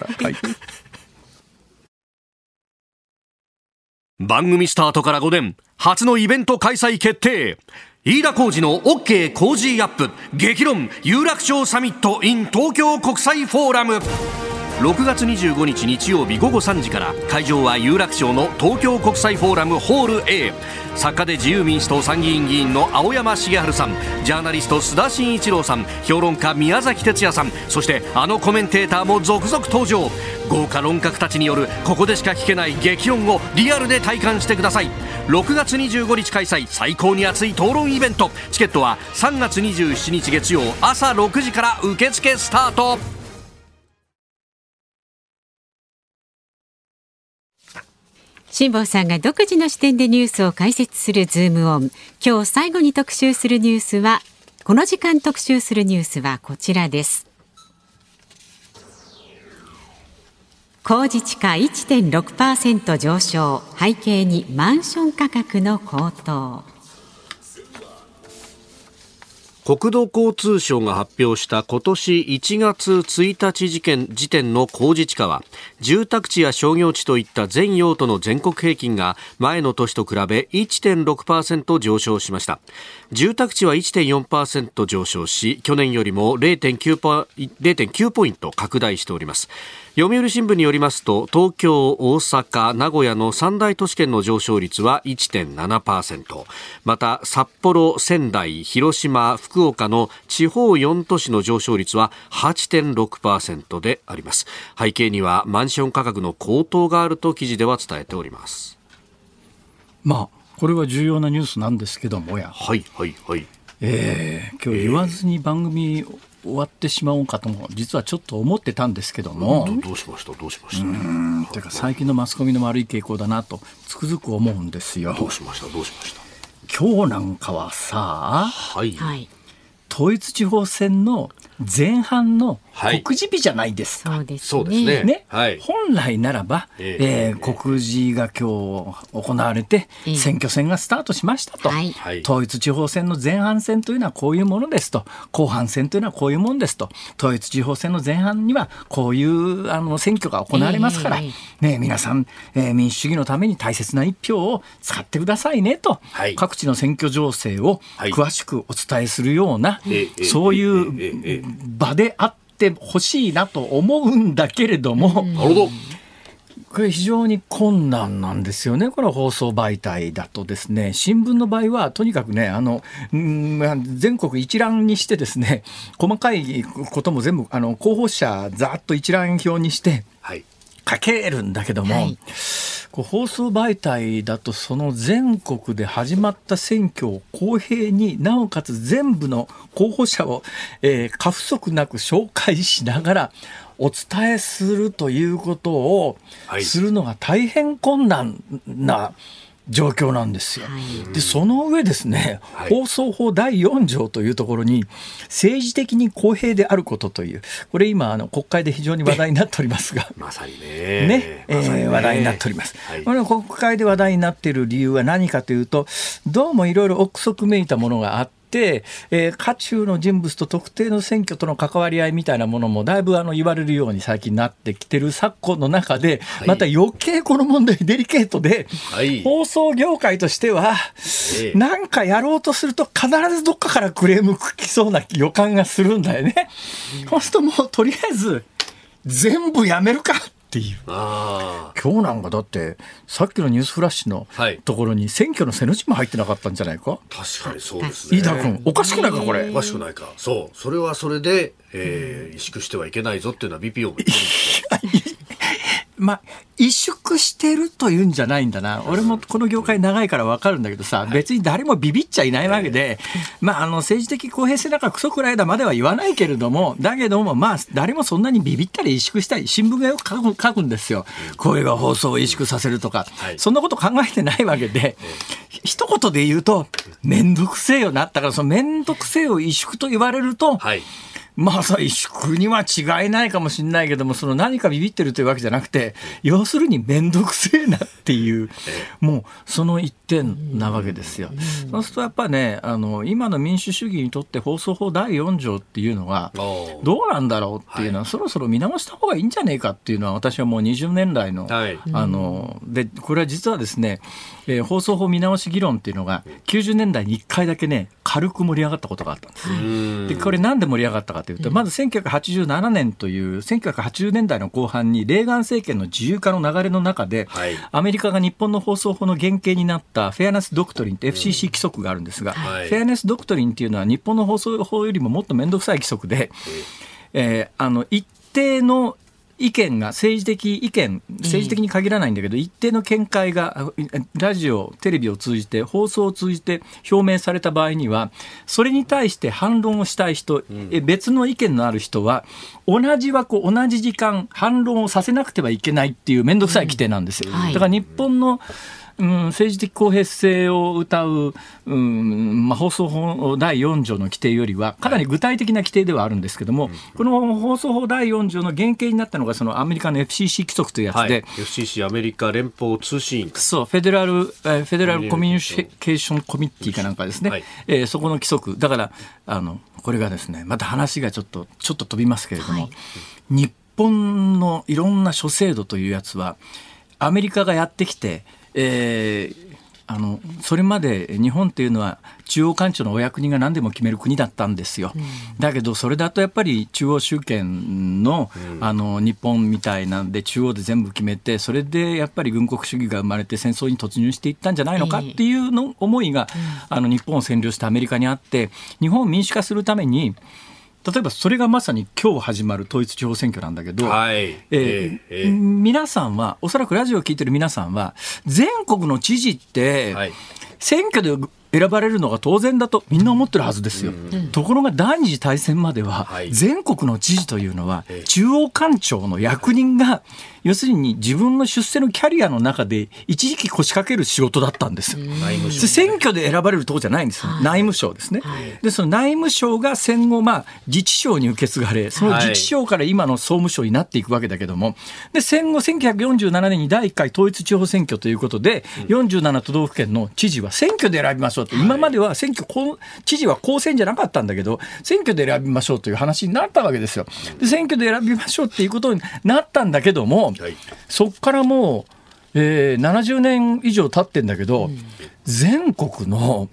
番組スタートから5年初のイベント開催決定。飯田浩司の OK 工事アップ激論有楽町サミット in 東京国際フォーラム。6月25日日曜日午後3時から、会場は有楽町の東京国際フォーラムホール A。 作家で自由民主党参議院議員の青山茂春さん、ジャーナリスト須田慎一郎さん、評論家宮崎哲也さん、そしてコメンテーターも続々登場。豪華論客たちによるここでしか聞けない激論をリアルで体感してください。6月25日開催、最高に熱い討論イベント。チケットは3月27日月曜朝6時から受付スタート。
辛坊さんが独自の視点でニュースを解説するズームオン。今日最後に特集するニュースは、この時間特集するニュースはこちらです。公示地価 1.6% 上昇、背景にマンション価格の高騰。
国土交通省が発表した今年1月1日時点の公示地価は、住宅地や商業地といった全用途の全国平均が前の年と比べ 1.6% 上昇しました。住宅地は 1.4% 上昇し、去年よりも 0.9 ポイント拡大しております。読売新聞によりますと、東京、大阪、名古屋の三大都市圏の上昇率は 1.7%、 また札幌、仙台、広島、福岡の地方4都市の上昇率は 8.6% であります。背景にはマンション価格の高騰があると記事では伝えております。
これは重要なニュースなんですけども今日言わずに番組終わってしまおうかとも実はちょっと思ってたんですけども、
どうしました。
てか最近のマスコミの悪い傾向だなとつくづく思うんですよ。
どうしました。
今日なんかはさ、
はい、
統一地方選の前半の告示日じゃないですか。
そうですね。
はい、
本来ならば、告示が今日行われて、選挙戦がスタートしましたと、統一地方選の前半戦というのはこういうものですと、後半戦というのはこういうものですと、統一地方選の前半にはこういう選挙が行われますから、皆さん、民主主義のために大切な一票を使ってくださいねと、各地の選挙情勢を詳しくお伝えするような、そういう場であってほしいなと思うんだけれども、
なるほど。
これ非常に困難なんですよね。この放送媒体だとですね、新聞の場合はとにかくね、全国一覧にしてですね、細かいことも全部候補者ざっと一覧表にして書けるんだけども、放送媒体だとその全国で始まった選挙を公平に、なおかつ全部の候補者を、過不足なく紹介しながらお伝えするということをするのが大変困難な状況なんですよ。でその上ですね、放送法第4条というところに政治的に公平であることという、これ今国会で非常に話題になっておりますが
まさにね、
話題になっております。これ国会で話題になっている理由は何かというと、どうもいろいろ憶測めいたものがあって、渦中の人物と特定の選挙との関わり合いみたいなものもだいぶ言われるように最近なってきてる昨今の中で、また余計この問題デリケートで、放送業界としては何かやろうとすると必ずどっかからクレーム来そうな予感がするんだよね。そうするともうとりあえず全部やめるかっていう。今日なんかだってさっきのニュースフラッシュのところに選挙の背の字も入ってなかったんじゃないか。
確かにそうですね。
飯田君おかしくないかこれ。
おかしくないか。そう、それはそれで、萎縮してはいけないぞっていうのは BPO も言ってるんですよ。
萎縮してるというんじゃないんだな。俺もこの業界長いから分かるんだけどさ、別に誰もビビっちゃいないわけで、政治的公平性だからクソくらいだまでは言わないけれども、だけども誰もそんなにビビったり萎縮したり、新聞がよく書くんですよ。これが放送を萎縮させるとか、そんなこと考えてないわけで、一言で言うとめんどくせえよな。だからそのめんどくせえを萎縮と言われると、萎縮には違いないかもしれないけども、その何かビビってるというわけじゃなくて、要するにめんどくせえなっていう、もうその一点なわけですよ。そうするとやっぱね、今の民主主義にとって放送法第4条っていうのはどうなんだろうっていうのは、そろそろ見直した方がいいんじゃねえかっていうのは、私はもう20年来の、でこれは実はですね、放送法見直し議論っていうのが90年代に1回だけね軽く盛り上がったことがあったんです。でこれなんで盛り上がったかというと、まず1987年という1980年代の後半にレーガン政権の自由化の流れの中で、アメリカが日本の放送法の原型になったフェアネスドクトリンって FCC 規則があるんですが、フェアネスドクトリンっていうのは日本の放送法よりももっと面倒くさい規則で、一定の意見が政治的に限らないんだけど、一定の見解がラジオテレビを通じて放送を通じて表明された場合には、それに対して反論をしたい人、別の意見のある人は同じ枠同じ時間反論をさせなくてはいけないっていう面倒くさい規定なんですよ。だから日本の政治的公平性を謳う、放送法第4条の規定よりはかなり具体的な規定ではあるんですけども、この放送法第4条の原型になったのがそのアメリカの FCC 規則というやつで、
FCC アメリカ連邦通信委員会、
そうフェデラルコミュニケーションコミッティかなんかですね、そこの規則だから、これがですね、また話がちょっと飛びますけれども、日本のいろんな諸制度というやつはアメリカがやってきて、それまで日本っていうのは中央官庁のお役人が何でも決める国だったんですよ。だけどそれだとやっぱり中央集権の、日本みたいなんで中央で全部決めて、それでやっぱり軍国主義が生まれて戦争に突入していったんじゃないのかっていうの思いが、日本を占領したアメリカにあって、日本を民主化するために、例えばそれがまさに今日始まる統一地方選挙なんだけど、皆さんはおそらくラジオを聞いてる皆さんは全国の知事って、選挙で選ばれるのが当然だとみんな思ってるはずですよ。ところが第二次大戦までは、全国の知事というのは中央官庁の役人が要するに自分の出世のキャリアの中で一時期腰掛ける仕事だったんです。選挙で選ばれるところじゃないんですよ。内務省ですね。でその内務省が戦後、自治省に受け継がれ、その自治省から今の総務省になっていくわけだけども、で戦後1947年に第1回統一地方選挙ということで、47都道府県の知事は選挙で選びましょうと。今までは知事は公選じゃなかったんだけど、選挙で選びましょうという話になったわけですよ。で選挙で選びましょうっていうことになったんだけども、そこからもう、70年以上経ってんだけど、全国の、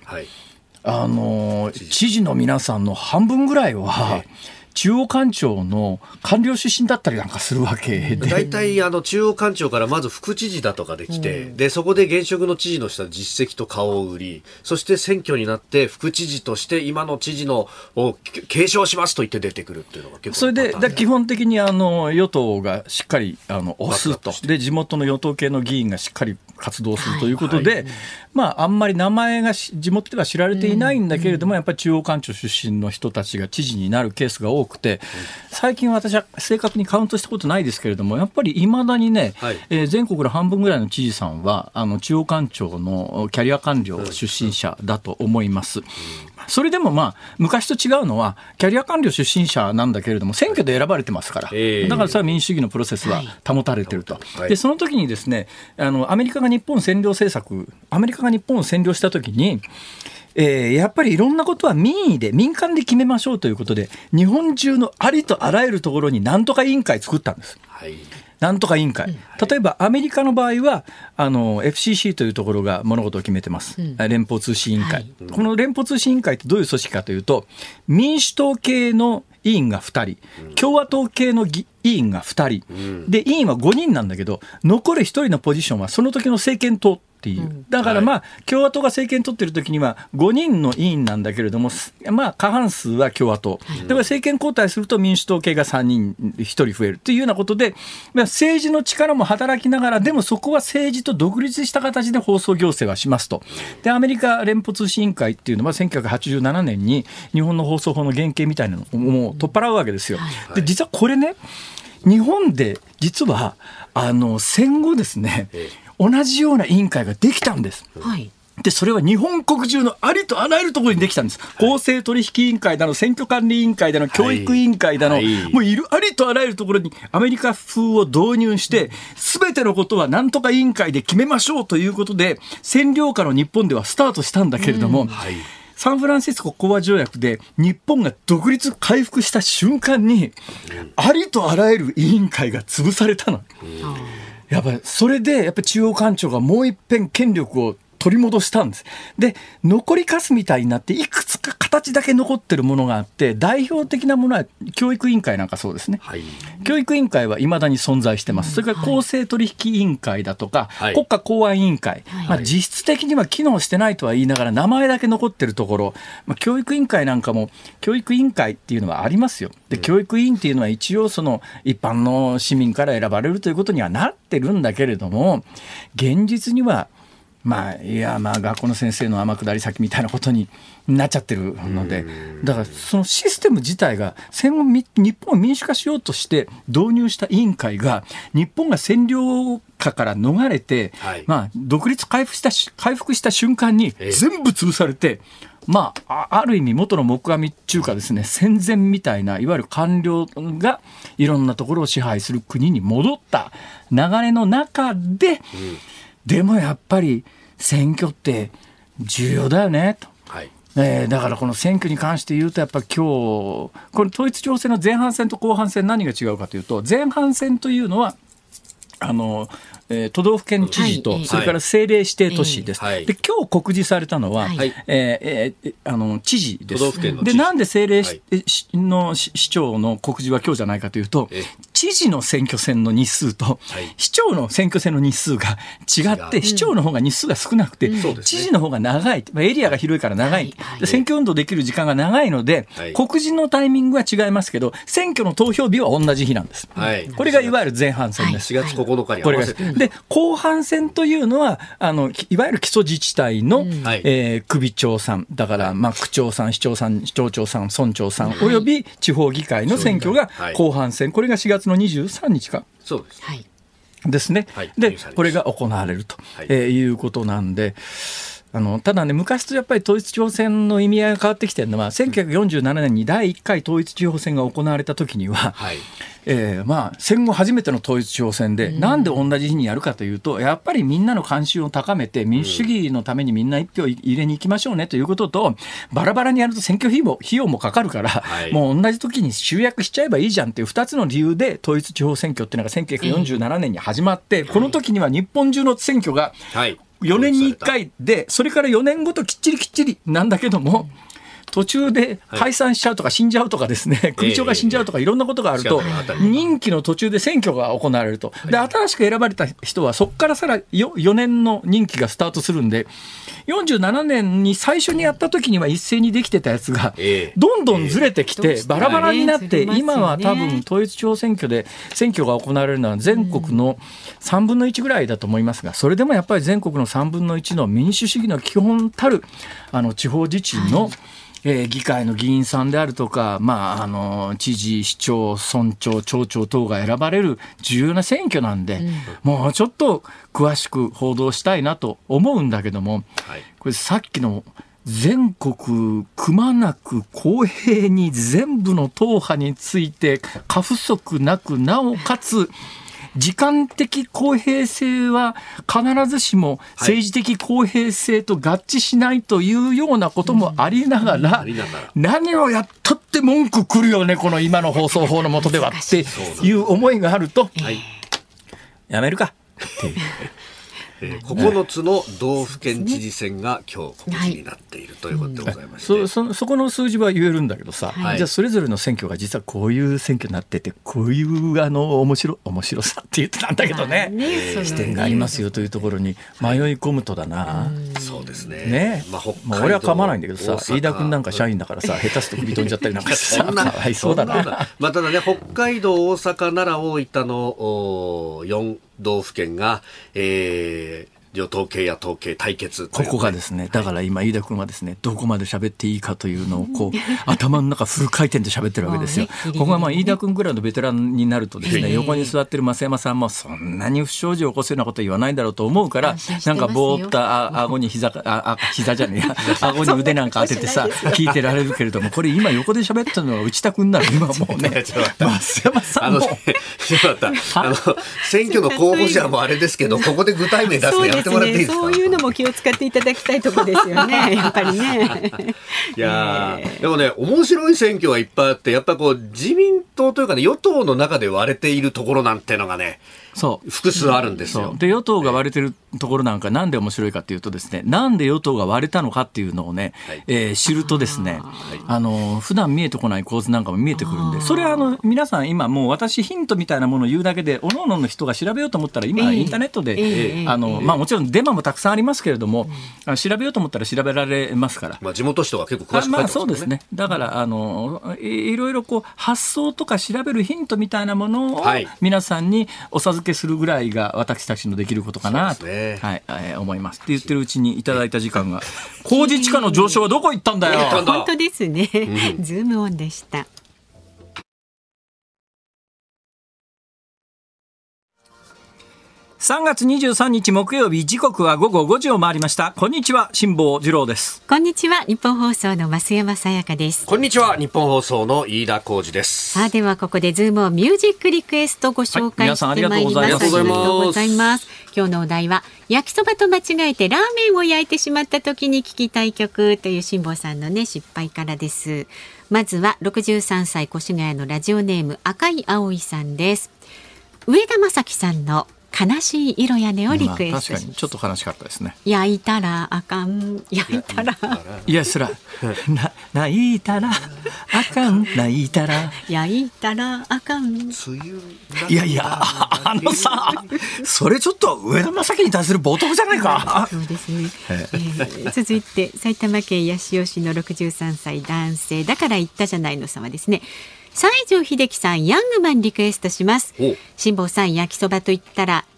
知事の皆さんの半分ぐらいは、中央官庁の官僚出身だったりなんかするわけで、
大体中央官庁からまず副知事だとかできて、でそこで現職の知事の下で実績と顔を売り、そして選挙になって副知事として今の知事のを継承しますと言って出てくるっていうのが結構、
それで基本的に与党がしっかり推すと、で地元の与党系の議員がしっかり活動するということで、あんまり名前が地元では知られていないんだけれども、やっぱり中央官庁出身の人たちが知事になるケースが多くて、最近私は正確にカウントしたことないですけれども、やっぱりいまだにね、全国の半分ぐらいの知事さんは中央官庁のキャリア官僚出身者だと思います。それでも昔と違うのはキャリア官僚出身者なんだけれども選挙で選ばれてますから、だからそれは民主主義のプロセスは保たれていると。でその時にですね、アメリカが日本を占領した時に、やっぱりいろんなことは民間で決めましょうということで、日本中のありとあらゆるところになんとか委員会作ったんです。なんとか委員会、例えばアメリカの場合はFCC というところが物事を決めてます、連邦通信委員会、この連邦通信委員会ってどういう組織かというと、民主党系の委員が2人、共和党系の委員が2人、で委員は5人なんだけど、残る1人のポジションはその時の政権党っていう、だから共和党が政権取ってる時には5人の委員なんだけれども、過半数は共和党、だから政権交代すると民主党系が3人1人増えるというようなことで、政治の力も働きながら、でもそこは政治と独立した形で放送行政はしますと。でアメリカ連邦通信委員会っていうのは1987年に日本の放送法の原型みたいなのをもう取っ払うわけですよ。で実はこれね、日本で実は戦後ですね、同じような委員会ができたんです。でそれは日本国中のありとあらゆるところにできたんです。公正取引委員会だの、選挙管理委員会だの、教育委員会だの、もうありとあらゆるところにアメリカ風を導入して、全てのことはなんとか委員会で決めましょうということで、占領下の日本ではスタートしたんだけれども、サンフランシスコ講和条約で日本が独立回復した瞬間に、ありとあらゆる委員会が潰されたの。やっぱりそれでやっぱり中央官庁がもう一遍権力を取り戻したんです。で残りかすみたいになって、いくつか形だけ残ってるものがあって、代表的なものは教育委員会なんかそうですね、教育委員会はいまだに存在してます。それから公正取引委員会だとか、国家公安委員会、実質的には機能してないとは言いながら名前だけ残ってるところ、教育委員会なんかも教育委員会っていうのはありますよ。で教育委員っていうのは一応その一般の市民から選ばれるということにはなってるんだけれども、現実には学校の先生の天下り先みたいなことになっちゃってるので、だからそのシステム自体が戦後日本を民主化しようとして導入した委員会が、日本が占領下から逃れて、独立回復した瞬間に全部潰されて、ある意味元の木阿弥中華ですね、戦前みたいないわゆる官僚がいろんなところを支配する国に戻った流れの中で、でもやっぱり選挙って重要だよねと、だからこの選挙に関して言うと、やっぱ今日これ統一地方選の前半戦と後半戦何が違うかというと、前半戦というのは都道府県知事と、それから政令指定都市です。で今日告示されたのは、知事です。都道府県の知事で、なんで政令の市長の告示は今日じゃないかというと、知事の選挙戦の日数と市長の選挙戦の日数が違って、市長の方が日数が少なくて、知事の方が長い、エリアが広いから長い、で選挙運動できる時間が長いので、告示のタイミングは違いますけど、選挙の投票日は同じ日なんです。これがいわゆる前半戦です。
4月9日に合わせて。
で後半戦というのはいわゆる基礎自治体の、首長さんだから、区長さん、市長さん、市町長さん、村長さんおよび地方議会の選挙が後半戦、これが4月の23日か。
そうです。
ですね。でこれが行われると、いうことなんで、ただね、昔とやっぱり統一地方選の意味合いが変わってきてるのは、1947年に第1回統一地方選が行われた時には、戦後初めての統一地方選で、なんで同じ日にやるかというと、やっぱりみんなの関心を高めて民主主義のためにみんな一票入れに行きましょうねということと、バラバラにやると選挙費用もかかるから、もう同じ時に集約しちゃえばいいじゃんっていう2つの理由で統一地方選挙っていうのが1947年に始まって、この時には日本中の選挙が4年に1回で、それから4年ごときっちりなんだけども、途中で解散しちゃうとか死んじゃうとかですね、首長が死んじゃうとかいろんなことがあると、任期の途中で選挙が行われると。で新しく選ばれた人はそこからさら4年の任期がスタートするんで、47年に最初にやった時には一斉にできてたやつがどんどんずれてきてバラバラになって、今は多分統一地方選挙で選挙が行われるのは全国の3分の1ぐらいだと思いますが、それでもやっぱり全国の3分の1の民主主義の基本たる地方自治の議会の議員さんであるとか、知事、市長、村長、町長等が選ばれる重要な選挙なんで、もうちょっと詳しく報道したいなと思うんだけども、これさっきの全国くまなく公平に全部の党派について過不足なく、なおかつ時間的公平性は必ずしも政治的公平性と合致しないというようなこともありながら、何をやったって文句来るよね、この今の放送法の下ではっていう思いがあると、やめるかっていう。
9つの道府県知事選が今日告示になっているということでございまして、
そこの数字は言えるんだけどさ、じゃあそれぞれの選挙が実はこういう選挙になってて、こういう面白さって言ってたんだけどね、視点がありますよというところに迷い込むとだな。
そうですね。
俺は構わないんだけどさ、飯田君なんか社員だからさ、下手すと首飛んじゃったりなんかしてさ、かわいそうだな。
ただね、北海道、大阪、奈良、大分の4道府県が、与党系野党系対決、
ここがですね、だから今飯田君はですね、どこまで喋っていいかというのをこう頭の中フル回転で喋ってるわけですよ。ここが飯田君ぐらいのベテランになるとですね、横に座ってる増山さんもそんなに不祥事を起こすようなこと言わないだろうと思うから、なんかぼーっと顎に膝じゃねえや顎に腕なんか当ててさ聞いてられるけれども、これ今横で喋ってるのは内田君なの。今もうね増山さんも
選挙の候補者もあれですけど、ここで具体名出すのやめてもらっていいですか。
そういうのも気を使っていただきたいところですよねやっぱりね。
いやでもね、面白い選挙はいっぱいあって、やっぱりこう自民党というかね、与党の中で割れているところなんてのがね、複数あるんですよ。
で与党が割れてるところなんかなんで面白いかというとですね、なんで与党が割れたのかっていうのをね、知るとですね、普段見えてこない構図なんかも見えてくるんで、それは皆さん今もう私ヒントみたいなものを言うだけで、各々の人が調べようと思ったら今インターネットで、もちろんデマもたくさんありますけれども、調べようと思ったら調べられますから、
地元紙とか結構詳しく書いてますね。
そうですね。だからいろいろこう発想とか調べるヒントみたいなものを皆さんにお授けするぐらいが私たちのできることかなと、思いますって言ってるうちにいただいた時間が、麹地価の上昇はどこ行ったんだよ。
本当ですね、ズームオンでした。
3月23日木曜日、時刻は午後5時を回りました。こんにちは、辛坊治郎です。
こんにちは、日本放送の増山さやかです。
こんにちは、日本放送の飯田浩司です。
さあ、ではここでズームをミュージックリクエストご紹介してまいります。
ありがとう
ございます。今日のお題は、焼きそばと間違えてラーメンを焼いてしまった時に聞きたい曲という辛坊さんのね、失敗からです。まずは63歳越谷のラジオネーム赤い葵さんです。上田正樹さんの悲しい色やねをリクエストします。
確かにちょっと悲しかったですね。
焼いたらあかん、焼いたら
いやそら泣いたらあかん、泣いたら
焼いたらあかん。
いやいや、さそれちょっと上田正樹に対する冒涜じゃないか。
そうですね、続いて埼玉県八潮市の63歳男性、だから言ったじゃないの様ですね。西城秀樹さん、ヤングマンリクエストします。辛坊さん、焼きそばと言ったら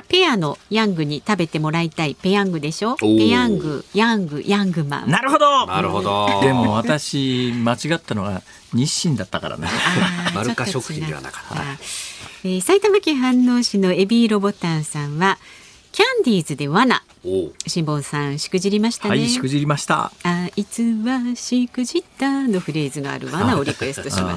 ペアのヤングに食べてもらいたいペヤングでしょ。ペヤング、ヤング、ヤングマン。
なるほど。
なるほど。
でも私間違ったのは日清だったからね。
マルカ食品ではなかった。
埼玉県飯能市のエビーロボタンさんはキャンディーズで罠。辛坊さんしくじりましたね。
はい、しくじりました。
あいつはしくじったのフレーズがある罠をリクエストします。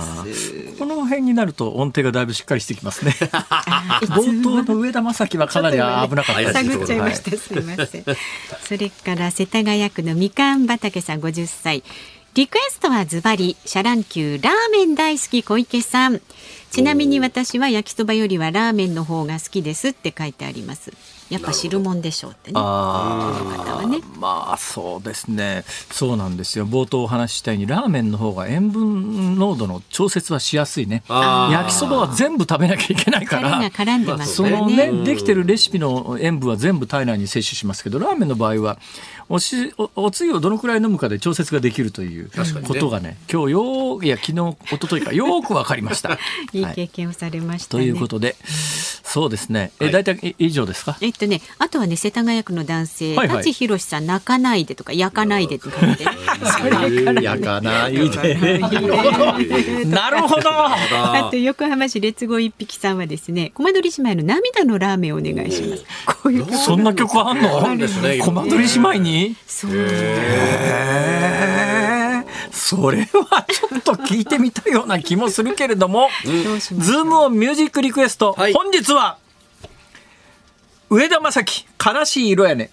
この辺になると音程がだいぶしっかりしてきますね。冒頭の上田正樹はかなり危なかったです。
探っちゃいました。すいません。それから世田谷区のみかん畑さん50歳。リクエストはズバリシャランキューラーメン大好き小池さん。ちなみに私は焼きそばよりはラーメンの方が好きですって書いてあります。やっぱ汁もんでしょうってね。この方はね。ま
あそうですね。そうなんですよ。冒頭お話ししたようにラーメンの方が塩分濃度の調節はしやすいね。焼きそばは全部食べなきゃいけないから。
タレが絡んでますね。
そのねできてるレシピの塩分は全部体内に摂取しますけど、ラーメンの場合はおつゆをどのくらい飲むかで調節ができるということがね、今日昨日一昨日かよく分かりました。
いい経験をされましたね。
ということで、そうですね。大体以上ですか。
あとはね世田谷区の男性、舘ひろしさん泣かないでとか焼かないでとかね。
焼かないで。なるほど。
あと横浜市レッツゴー一匹さんはですね、コマドリ姉妹の涙のラーメンをお願いします。こういう曲
そんな曲あんの？コマドリ姉妹に？
そう。
それはちょっと聞いてみたような気もするけれども、ズームオンミュージックリクエスト、本日は上田正樹悲しい色やね。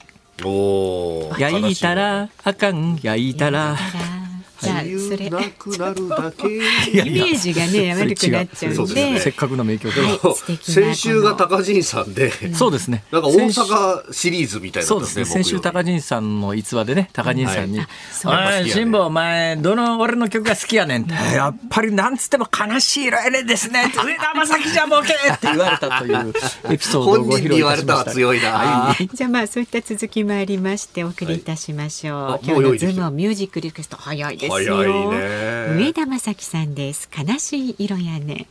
焼いたらあかん、焼いたら
じゃあそれイメ
ー
ジがね悪くなっちゃうんで、
せっかくの名曲で、
先週が高陣さんで、
そうですね、
なんか大阪シリーズみたいな。
そうですね、先週高陣さんの逸話でね、高陣さんに辛坊お前どの俺の曲が好きやねんって、やっぱりなんつっても悲しい色やねんですね上田正樹じゃボケって言われたというエピソードをご披露いたしました。
強いな。
じゃあまあそういった続きもありましてお送りいたしましょう。今日のズームオンミュージックリクエスト早いですよ。上田正樹さんです。悲しい色やね。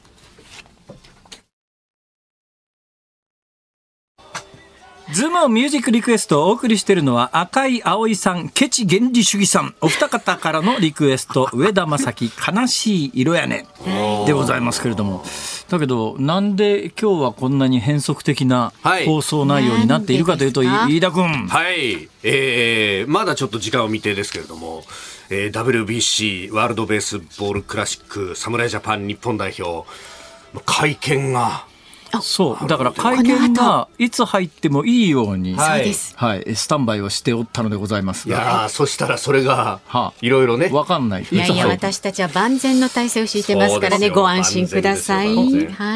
ズームオンミュージックリクエストをお送りしているのは赤井葵さん、ケチ原理主義さん、お二方からのリクエスト、上田正樹悲しい色やねでございますけれども、だけどなんで今日はこんなに変則的な放送内容になっているかというと、飯田君、
はい、まだちょっと時間は未定ですけれども、WBC ワールドベースボールクラシック侍ジャパン日本代表会見が、
そうだから会見がいつ入ってもいいように、スタンバイをしておったのでございますが、
いやそしたらそれがいろいろね
分かんない。
いやいや私たちは万全の体制を敷いてますからね、ご安心ください。はい。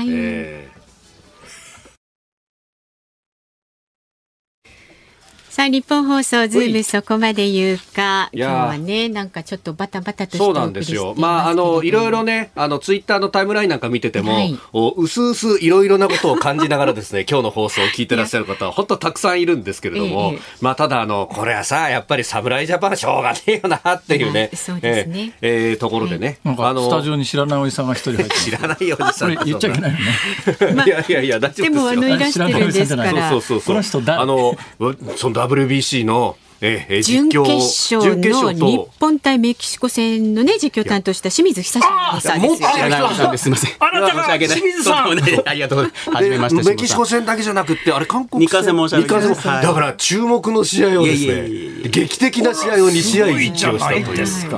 さあ日本放送ズームそこまで言うか、今日はねなんかちょっとバタバタとしてお送りしていますけれども、
まあいろいろねツイッターのタイムラインなんか見てても、うすうすいろいろなことを感じながらですね今日の放送を聞いてらっしゃる方は本当たくさんいるんですけれども、まあただこれはさやっぱり侍ジャパンしょうがねえよなっていうね、
そうですね、
ところでね、
なんかスタジオに知らないおじさんが一人入って
知らないおじさん、
それ言っちゃいけないよね。
いや大丈夫ですよ。
でもいらしてるんですから。
そうこの人その WBC の
準決勝の日本対メキシコ戦のね実況担当した清水久志さんですよ。
知らないさんです。すみません。
あなたが清水さん。
ありがとうございます。初めまして。メキシコ戦だけじゃなくてあれ韓国戦もだから注目の試合をですね、劇的な試合を2試合実況したという。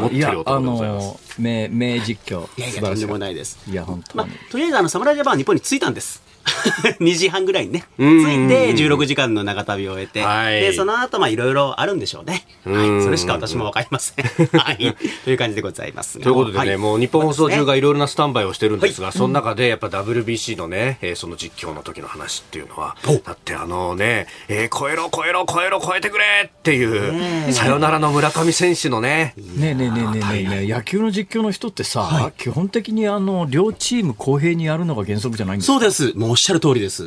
いや名実況。
いやとんでもないです。
いや本当に。
とりあえず侍ジャパンは日本に着いたんです。2時半ぐらいにね着いて16時間の長旅を終えて、でその後いろいろあるんでしょうね。それしか私も分かりません。はいという感じでございます。
ということでね、もう日本放送中がいろいろなスタンバイをしてるんですが、その中でやっぱ WBC のねその実況の時の話っていうのはだって超えろ超えてくれっていうさよならの村上選手のね
野球の実況の人ってさ、基本的に両チーム公平にやるのが原則じゃないんですか。
そうです、もうおっしゃる通りです。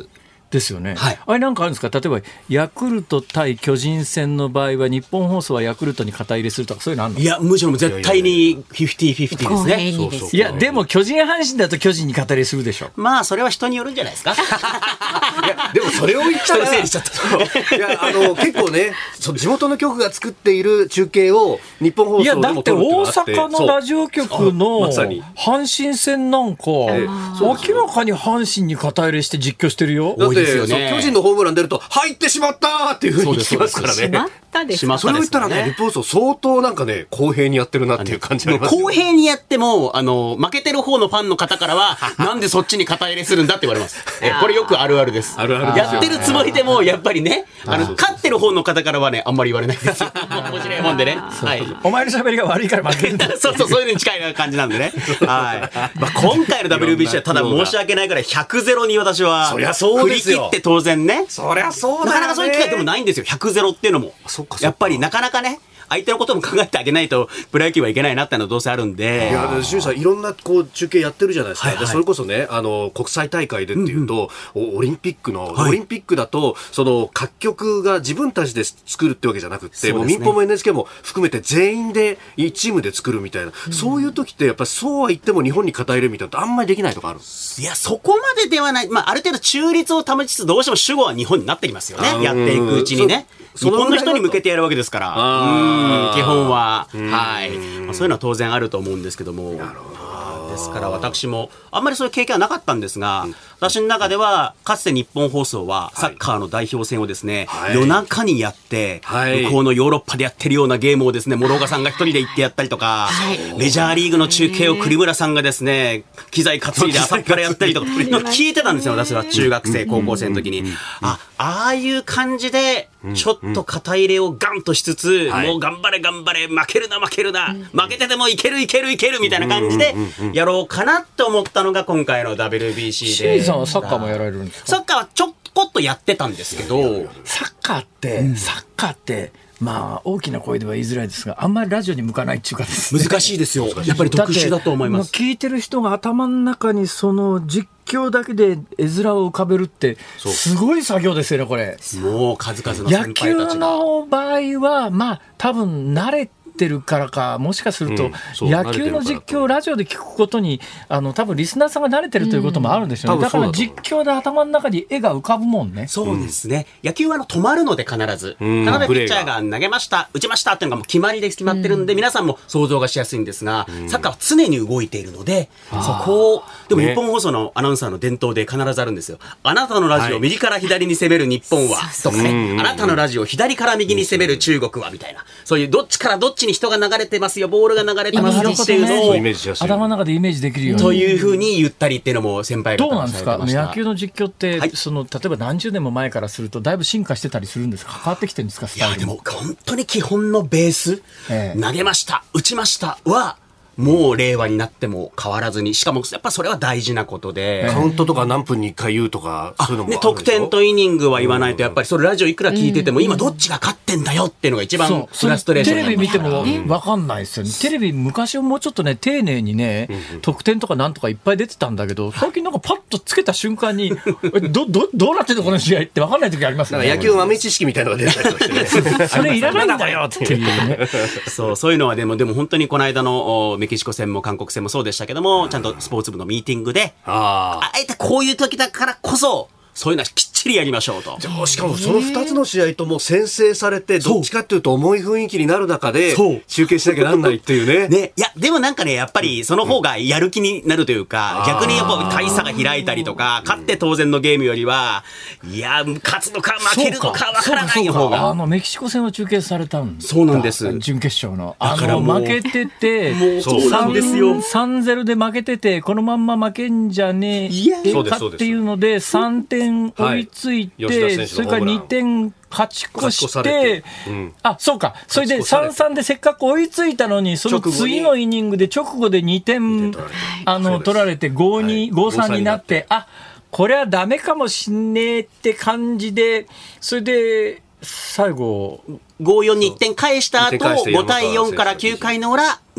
ですよね、
はい、
あれなんかあるんですか、例えばヤクルト対巨人戦の場合は日本放送はヤクルトに肩入れするとかそういうのあるの？
いやむしろ絶対に 50-50 ですね。
いやでも巨人阪神だと巨人に肩入れするでしょ。
まあそれは人によるんじゃないですか。い
やでもそれを言ったら整理しちゃったいや結構ねその地元の局が作っている中継を日本放送でも撮るっていうのがあって、
いやだって大阪のラジオ局の阪神戦なんか、明らかに阪神に肩入れして実況してるよ。
だって巨人のホームラン出ると入ってしまったっていうふうに聞きますからね。それを言ったらね、日本放送相当なんかね公平にやってるなっていう感じありますよね。
公平にやっても負けてる方のファンの方からはなんでそっちに肩入れするんだって言われます。これよくあるあるです。
あるあるですよ。
やってるつもりでもやっぱりね勝ってる方の方からはねあんまり言われないですよ。面白いもんでね。はい。
お前の喋りが悪いから負けるんだ。
そういうのに近い感じなんでね。はい。まあ今回の WBC はただ申し訳ないから 100-0 に私は
そりゃそう
振り
ですよ。
切って当然ね。
そりゃそうだよね。
なかなかそういう機会でもないんですよ。100-0っていうのも。やっぱりなかなかね。相手のことも考えてあげないとプロ野球はいけないなってのはどうせあるんで。
いや清水さんいろんなこう中継やってるじゃないですか、はいはい、でそれこそね国際大会でっていうと、オリンピックの、はい、オリンピックだとその各局が自分たちで作るってわけじゃなくって、ね、もう民放も NHK も含めて全員で1チームで作るみたいな、そういう時ってやっぱりそうは言っても日本に肩入れるみたいなのあんまりできないとかある。
いやそこまでではない、まあ、ある程度中立を保ちつつどうしても主語は日本になってきますよね。やっていくうちにね日本の人に向けてやるわけですから基本は、はい、まあ、そういうのは当然あると思うんですけども。なるほど。ですから私もあんまりそういう経験はなかったんですが、私の中ではかつて日本放送はサッカーの代表戦をですね、夜中にやって、向こうのヨーロッパでやってるようなゲームをですね諸岡さんが一人で行ってやったりとか、メジャーリーグの中継を栗村さんがですね機材担いで朝からやったりとか聞いてたんですよ。私は中学生高校生の時にああいう感じでちょっと肩入れをガンとしつつ、もう頑張れ頑張れ負けるな負けるな、負けててもいけるいけるいけるみたいな感じでやろうかなと思ったのが今回の WBC で。
清水さんはサッカーもやられるんですか？
サッカーはちょこっとやってたんですけど、
サッカーってまあ大きな声では言いづらいですがあんまりラジオに向かないっていうかですね、
難しいですよ。やっぱり特殊だと思います。
聞いてる人が頭の中にその実況だけで絵面を浮かべるってすごい作業ですよねこれ。
もう数々の先輩たちが。
野球の場合はまあ多分慣れてるからかもしかすると、野球の実況をラジオで聞くことに多分リスナーさんが慣れてるということもあるんですよね、だから実況で頭の中に絵が浮かぶもんね。
そうですね、野球は止まるので必ず例えばピッチャーが投げました打ちましたっていうのがもう決まりで決まってるんで、皆さんも想像がしやすいんですが、サッカーは常に動いているので、そこをでも日本放送のアナウンサーの伝統で必ずあるんですよ。あなたのラジオ右から左に攻める日本はとかね、あなたのラジオ左から右に攻める中国はみたいな、そういうどっちからどっちに人が流れてますよ、ボールが流れてますよっていうのを
頭の中でイメージできるように
というふうに言ったりっていうのも先輩方
どうなんですか。野球の実況って、
はい、
例えば何十年も前からするとだいぶ進化してたりするんですか。変わってきてるんですかスタイル。
いやでも本当に基本のベース、投げました打ちましたはもう令和になっても変わらずに、しかもやっぱそれは大事なことで、
カウントとか何分に1回言うとかそういうのもあるでしょ。
得点とイニングは言わないとやっぱりそれラジオいくら聞いてても今どっちが勝ってんだよっていうのが一番フラストレーション。
テレビ見ても分かんないですよね。テレビ昔はもうちょっとね丁寧にね、得点とかなんとかいっぱい出てたんだけど、最近なんかパッとつけた瞬間にどうなってんのこの試合って分かんない時ありますよね。
野球豆知識みたいなのが出たりとかしてね
それいらないんだよっていうね
そういうのはでも本当にこの間のメキシコ戦も韓国戦もそうでしたけども、ちゃんとスポーツ部のミーティングであえてこういう時だからこそそういうのはきっちりやりましょうと。
しかもその2つの試合とも先制されてどっちかっていうと重い雰囲気になる中で中継しなきゃなんないっていうね。
いやでもなんかねやっぱりその方がやる気になるというか、逆にやっぱ大差が開いたりとか、勝って当然のゲームよりはいや勝つのか負けるのかわからない方が。
メキシコ戦は中継されたんです。
そうなんです。
準決勝の負けてて
もうそうなんですよ。
3-0 で負けててこのまんま負けんじゃねえかっていうので3点追いついて、それから2点勝ち越して、そうか、それで 3-3 でせっかく追いついたのにその次のイニングで直後で2点取られて 5-3 になって、これはダメかもしんねえって感じで、それで最後
5-4 に1点返した後5-4から9回の裏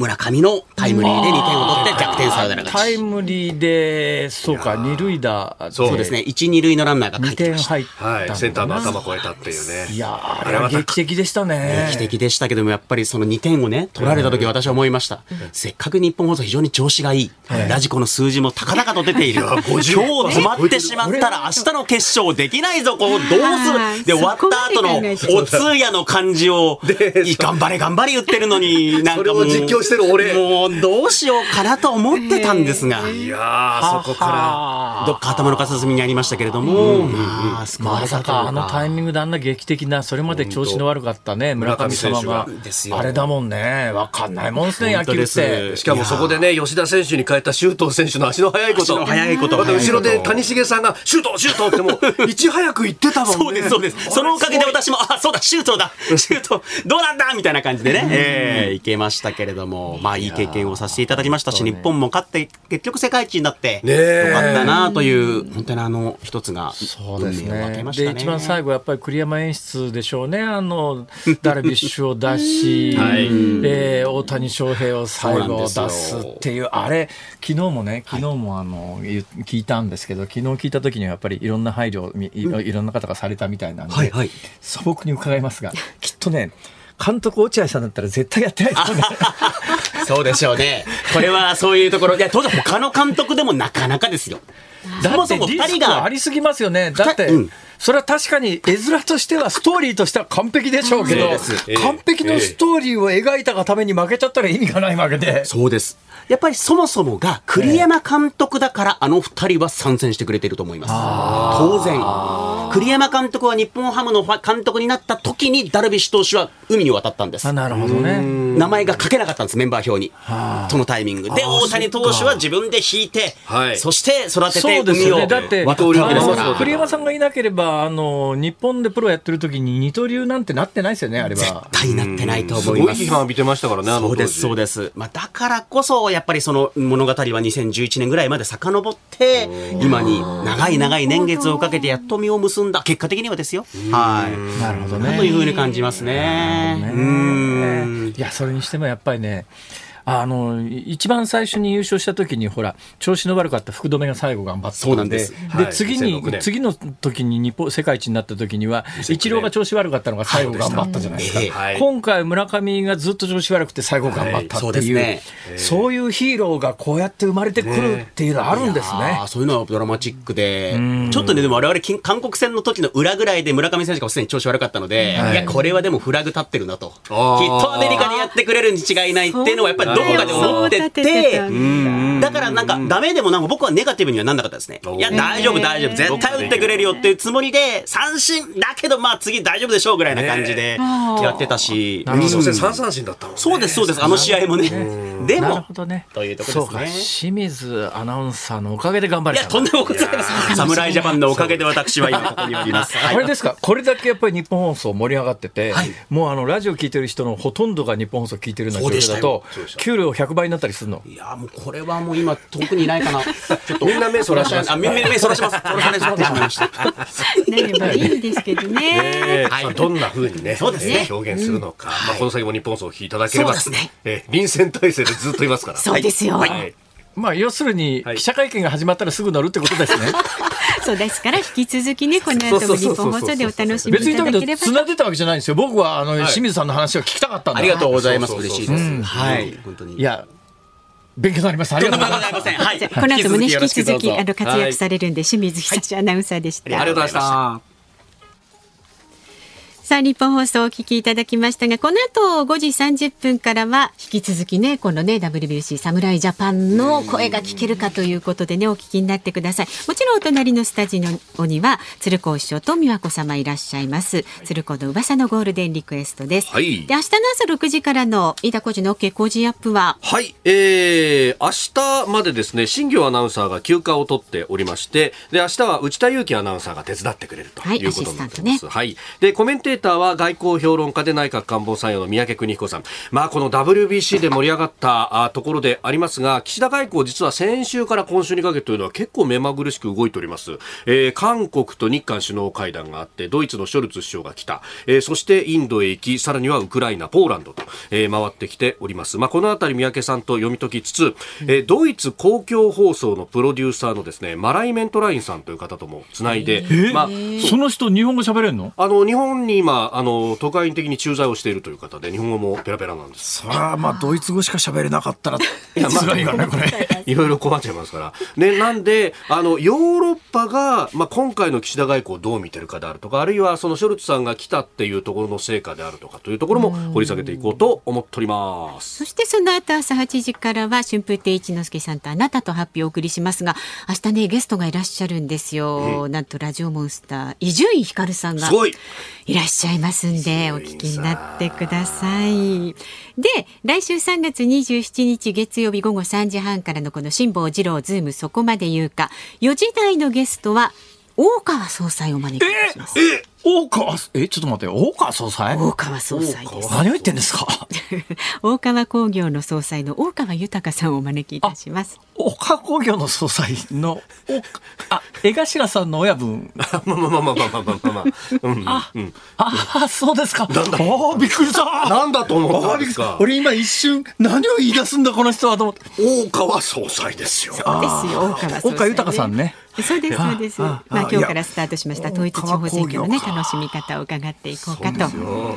村上のタイムリーで2点を取って逆転サヨナラ勝ち。
タイムリーで、そうか、二塁打。
そうですね。1、2塁のランナーが入ってました。
2点入った。
センターの頭越えたっていうね。
いやー、あれは劇的でしたね。
劇的でしたけども、やっぱりその2点をね、取られた時私は思いました。せっかく日本放送非常に調子がいい。ラジコの数字も高々と出ている。今日止まってしまったら明日の決勝できないぞ、こうどうする。で、終わった後のお通夜の感じを、頑張れ頑張れ言ってるのに、なんかもう、
それを実況してる俺。
もうどうしようかなと思ってたんですが。
いやー、そこから。
どっか頭の片隅にありましたけれども、
まさかあのタイミングであんな劇的な、それまで調子の悪かったね、村上様が。あれだもんね、わかんないもんですね、野球って。
しかもそこでね、吉田選手に変えた周東選手の足の速いこと。また後ろで谷繁さんが、シュートシュートってもう、いち早く言ってたもんね。
そうです、そうです。そのおかげで私も、あ、そうだ、シュートだ、シュート、どうなんだみたいな感じでね、いけましたけれども、まあいい経験をさせていただきましたし、日本も勝って、結局世界一になって、よかったなという、本当に一つが、
そうですね。で、一番最後、やっぱり栗山演出でしょうね。ダルビッシュを出し、大谷翔平を最後出すっていう、あれ、昨日も聞いたんですけど、昨日聞いた時にはやっぱりいろんな配慮、いろんな方がされたみたいなんで、素朴に伺いますが、きっとね、監督落合さんだったら絶対やってないと思うね。
そうでしょうね。これはそういうところ、いや、当然他の監督でもなかなかですよ。
だってリスクありすぎますよね。だって、それは確かに絵面としてはストーリーとしては完璧でしょうけど、完璧のストーリーを描いたがために負けちゃったら意味がないわけで。
そうです。やっぱりそもそもが栗山監督だからあの二人は参戦してくれていると思います。当然。栗山監督は日本ハムの監督になった時にダルビッシュ投手は海に渡ったんです。
なるほどね。
名前が書けなかったんです、メンバー表に。そのタイミングで大谷投手は自分で引いて、そして育てて海を渡るわけですから。
栗山さんがいなければ日本でプロやってる時に二刀流なんてなってないですよね、あれは。
絶対なってないと思います。
すごい批判浴びてましたからね、
そうです、そうです。まあ、だからこそやっぱりその物語は2011年ぐらいまで遡って今に長い長い年月をかけてやっと実を結んだ、結果的にはですよ。はい。
なるほどね。
というふうに感じますね。
いや、それにしてもやっぱりね、一番最初に優勝した時にほら調子の悪かった福留が最後頑張ったので、次の時に世界一になった時にはイチローが調子悪かったのが最後頑張ったじゃないですか。今回村上がずっと調子悪くて最後頑張ったっていう、そういうヒーローがこうやって生まれてくるっていうのはあるんですね。
そういうのはドラマチックで、ちょっとね、でも我々韓国戦の時の裏ぐらいで村上選手がすでに調子悪かったので、いやこれはでもフラグ立ってるなと、きっとアメリカでやってくれるに違いないっていうのはやっぱりどこかで思ってて、だからなんかダメでもなんか僕はネガティブにはなんなかったですね。いや大丈夫大丈夫、絶対打ってくれるよっていうつもりで、三振だけどまあ次大丈夫でしょうぐらいな感じでやってたし、
初戦3三振だったもんね。
そうですそうです、あの試合もね。でも
なるほどね、
というところですね。
清水アナウンサーのおかげで頑張れた。
いやとんでもございません。侍ジャパンのおかげで私は今ここにおります。
あれですか、これだけやっぱり日本放送盛り上がってて、もうラジオ聞いてる人のほとんどが日本放送聞いてるような状況だと給料100倍になったりするの。
いやもうこれはもう今遠くにいないかな。ちょっと
みんな目そらします。
目そらします。そらされてしまいました。
なればいいんですけどね。
どんな風にね表現するのか、この先も日本放送を聞いていただければ、臨戦態勢でずっといますから。
そうですよ。
まあ、要するに記者会見が始まったらすぐ乗るってことですね。
そうですから引き続きね、この後も日本放送でお楽しみいただければ。
別につなでたわけじゃないんですよ。僕は清水さんの話を聞きたかったんだ。
ありがとうございます。嬉しいです。はい、本当に。
いや勉強になりました。ありがとうございます。
はい、この後もね引き続き活躍されるんで、清水久アナウンサーでした。
ありがとうございました。
さあ日本放送をお聞きいただきましたが、この後5時30分からは引き続きね、このね WBC 侍ジャパンの声が聞けるかということでね、お聞きになってください。もちろんお隣のスタジオには鶴光師匠と美和子様いらっしゃいます。鶴光の噂のゴールデンリクエストです。で明日の朝6時からの飯田浩司の OK 工事アップは、
明日までですね、新業アナウンサーが休暇を取っておりまして、で明日は内田裕樹アナウンサーが手伝ってくれるということになっています。でコメンテーーターは外交評論家で内閣官房参与の三宅邦彦さん。この WBC で盛り上がったところでありますが、岸田外交実は先週から今週にかけてというのは結構目まぐるしく動いております。韓国と日韓首脳会談があって、ドイツのショルツ首相が来た、そしてインドへ行き、さらにはウクライナ、ポーランドと、回ってきております。このあたり三宅さんと読み解きつつ、ドイツ公共放送のプロデューサーのですね、マライメントラインさんという方ともつないで、
その人日本語喋れんの？
日本に今特派員的に駐在をしているという方で、日本語もペラペラなんです。
それはドイツ語しか喋れなかったら辛いよねこれ。
いろいろ困っちゃいますから、ね、なんでヨーロッパが、今回の岸田外交をどう見てるかであるとか、あるいはそのショルツさんが来たっていうところの成果であるとかというところも掘り下げていこうと思っております。
そしてその後朝8時からは春風亭一之輔さんとあなたと発表をお送りしますが、明日ねゲストがいらっしゃるんですよ、なんとラジオモンスター伊集院光さんがいらっしゃいますんでお聞きになってください。で来週3月27日月曜日午後3時半からのこの辛坊治郎ズームそこまで言うか、4時台のゲストは大川総裁をお招きいたします。
大川、ちょっと待って、大川総裁？
大川総裁です。
何を言ってんですか？
大川工業の総裁の大川豊さんをお招きいたします。
大川工業の総裁の江頭さんの親分。そうですか。びっくりした。
なんだと思ったんですか？
俺今一瞬何を言い出すんだこの人はと思って。
大川総裁ですよ。
そうですよ、大川総裁、
大川豊さんね。
そうですそうです。今日からスタートしました統一地方選挙のね楽しみ方を伺っていこうかと。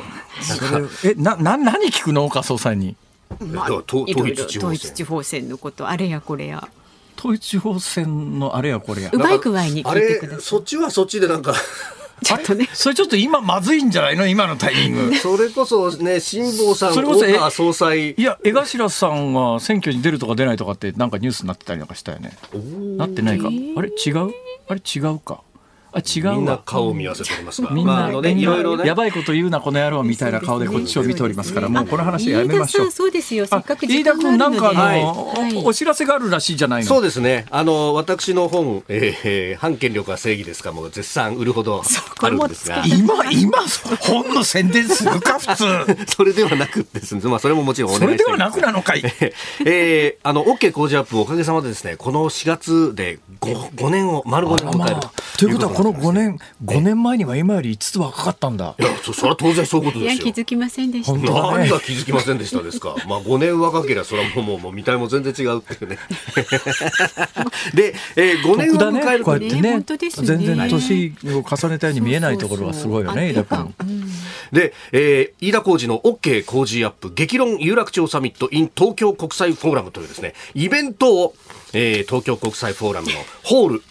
何聞くの大川総裁に？
統一地方選のこと、あれやこれや。
統一地方選のあれやこれや。
うまい具合に聞いてください。
そっちはそっちでなんか
ちょっとね、
それちょっと今まずいんじゃないの今のタイミング。
それこそね、辛坊さん、大川総裁、
いや江頭さんは選挙に出るとか出ないとかってなんかニュースになってたりなんかしたよね。なってないか。あれ違うか。違うわ。
みんな顔を見合わせておりますが、
みんな、
いろいろね、
やばいこと言うなこの野郎みたいな顔でこっちを見ておりますから、もうこの話やめましょう。
そうですよ。せっかく
飯田君なんか
はい
お知らせがあるらしいじゃないの。
そうですね。私の本、反権力は正義ですか、もう絶賛売るほどあるんですが、
今本の宣伝するか普通。
それではなくですね。それももちろんお願いしております。
それではなくなのかい。
OK 工事アップおかげさまでですね、この4月で5年を丸5年を迎える
ということはこの5年前には今より5つ若かったんだ。
いや、それは当然そういうことですよ。
いや気づきませんでした。
何が気づきませんでしたですか。5年若ければそれはもう見た目も全然違うっていうね。で、5年を迎える
こうやってね、
本当ですね、
全然年を重ねたように見えないところはすごいよね、飯田君。
で、飯田浩司の OK 工事アップ激論有楽町サミット in 東京国際フォーラムというですねイベントを、東京国際フォーラムのホール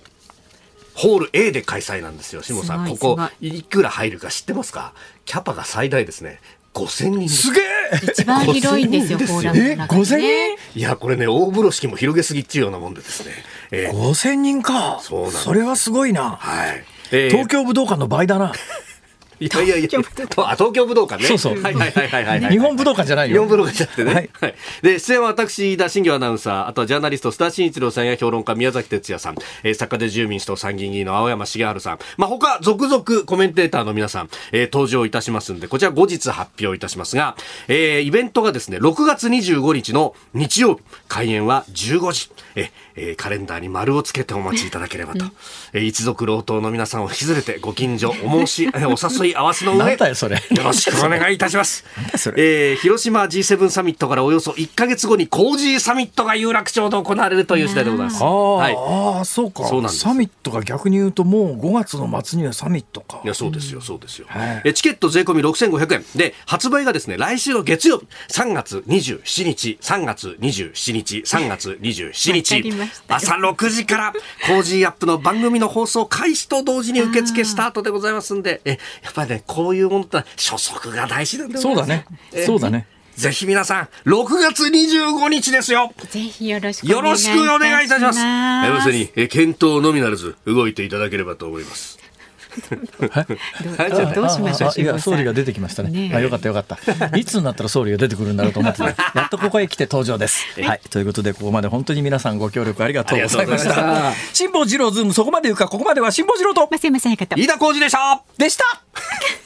A で開催なんですよ。下さん、ここいくら入るか知ってますか？キャパが最大ですね5000人。
すげえ。
一番広いんですよフォーラムの中で、
5000人。
いやこれね、大風呂敷も広げすぎっちゅうようなもんでですね、
5000人か。それはすごいな。はい。東京武道館の倍だな。
いや東京武道館ね。
そうそう。
はい。
日本武道館じゃないよ。
日本武道館じゃなくてね。
はい。
で、出演は私、飯田新行アナウンサー、あとはジャーナリスト、須田慎一郎さんや評論家、宮崎哲也さん、作家で自由民主党参議院議員の青山茂春さん、他、続々コメンテーターの皆さん、登場いたしますんで、こちら後日発表いたしますが、イベントがですね、6月25日の日曜日、開演は15時。カレンダーに丸をつけてお待ちいただければと、一族郎党の皆さんを引き連れてご近所お申しお誘い合わせの上よろしくお願いいたします。広島 G7 サミットからおよそ1ヶ月後に工事サミットが有楽町で行われるという次第でございます。
そうか。そうなんです。サミットが逆に言うともう5月の末にはサミットか。
いやそうですよ。チケット税込み6500円で、発売がですね来週の月曜日3月27日3月27日朝6時からコージーアップの番組の放送開始と同時に受付スタートでございますんで、やっぱりね、こういうものって初速が大事なんでございます。
そうだね。
ぜひ皆さん6月25日ですよ。
ぜひよろしく
お願いいたします。要するに検討のみならず動いていただければと思います。
どうしましょう。
いや総理が出てきましたね。よかった。いつになったら総理が出てくるんだろうと思ってた。やっとここへ来て登場です。はい。ということでここまで本当に皆さんご協力ありがとうございました。辛坊治郎ズームそこまで言うか。ここまでは辛坊治郎と
増山さやかと
飯田浩司でした。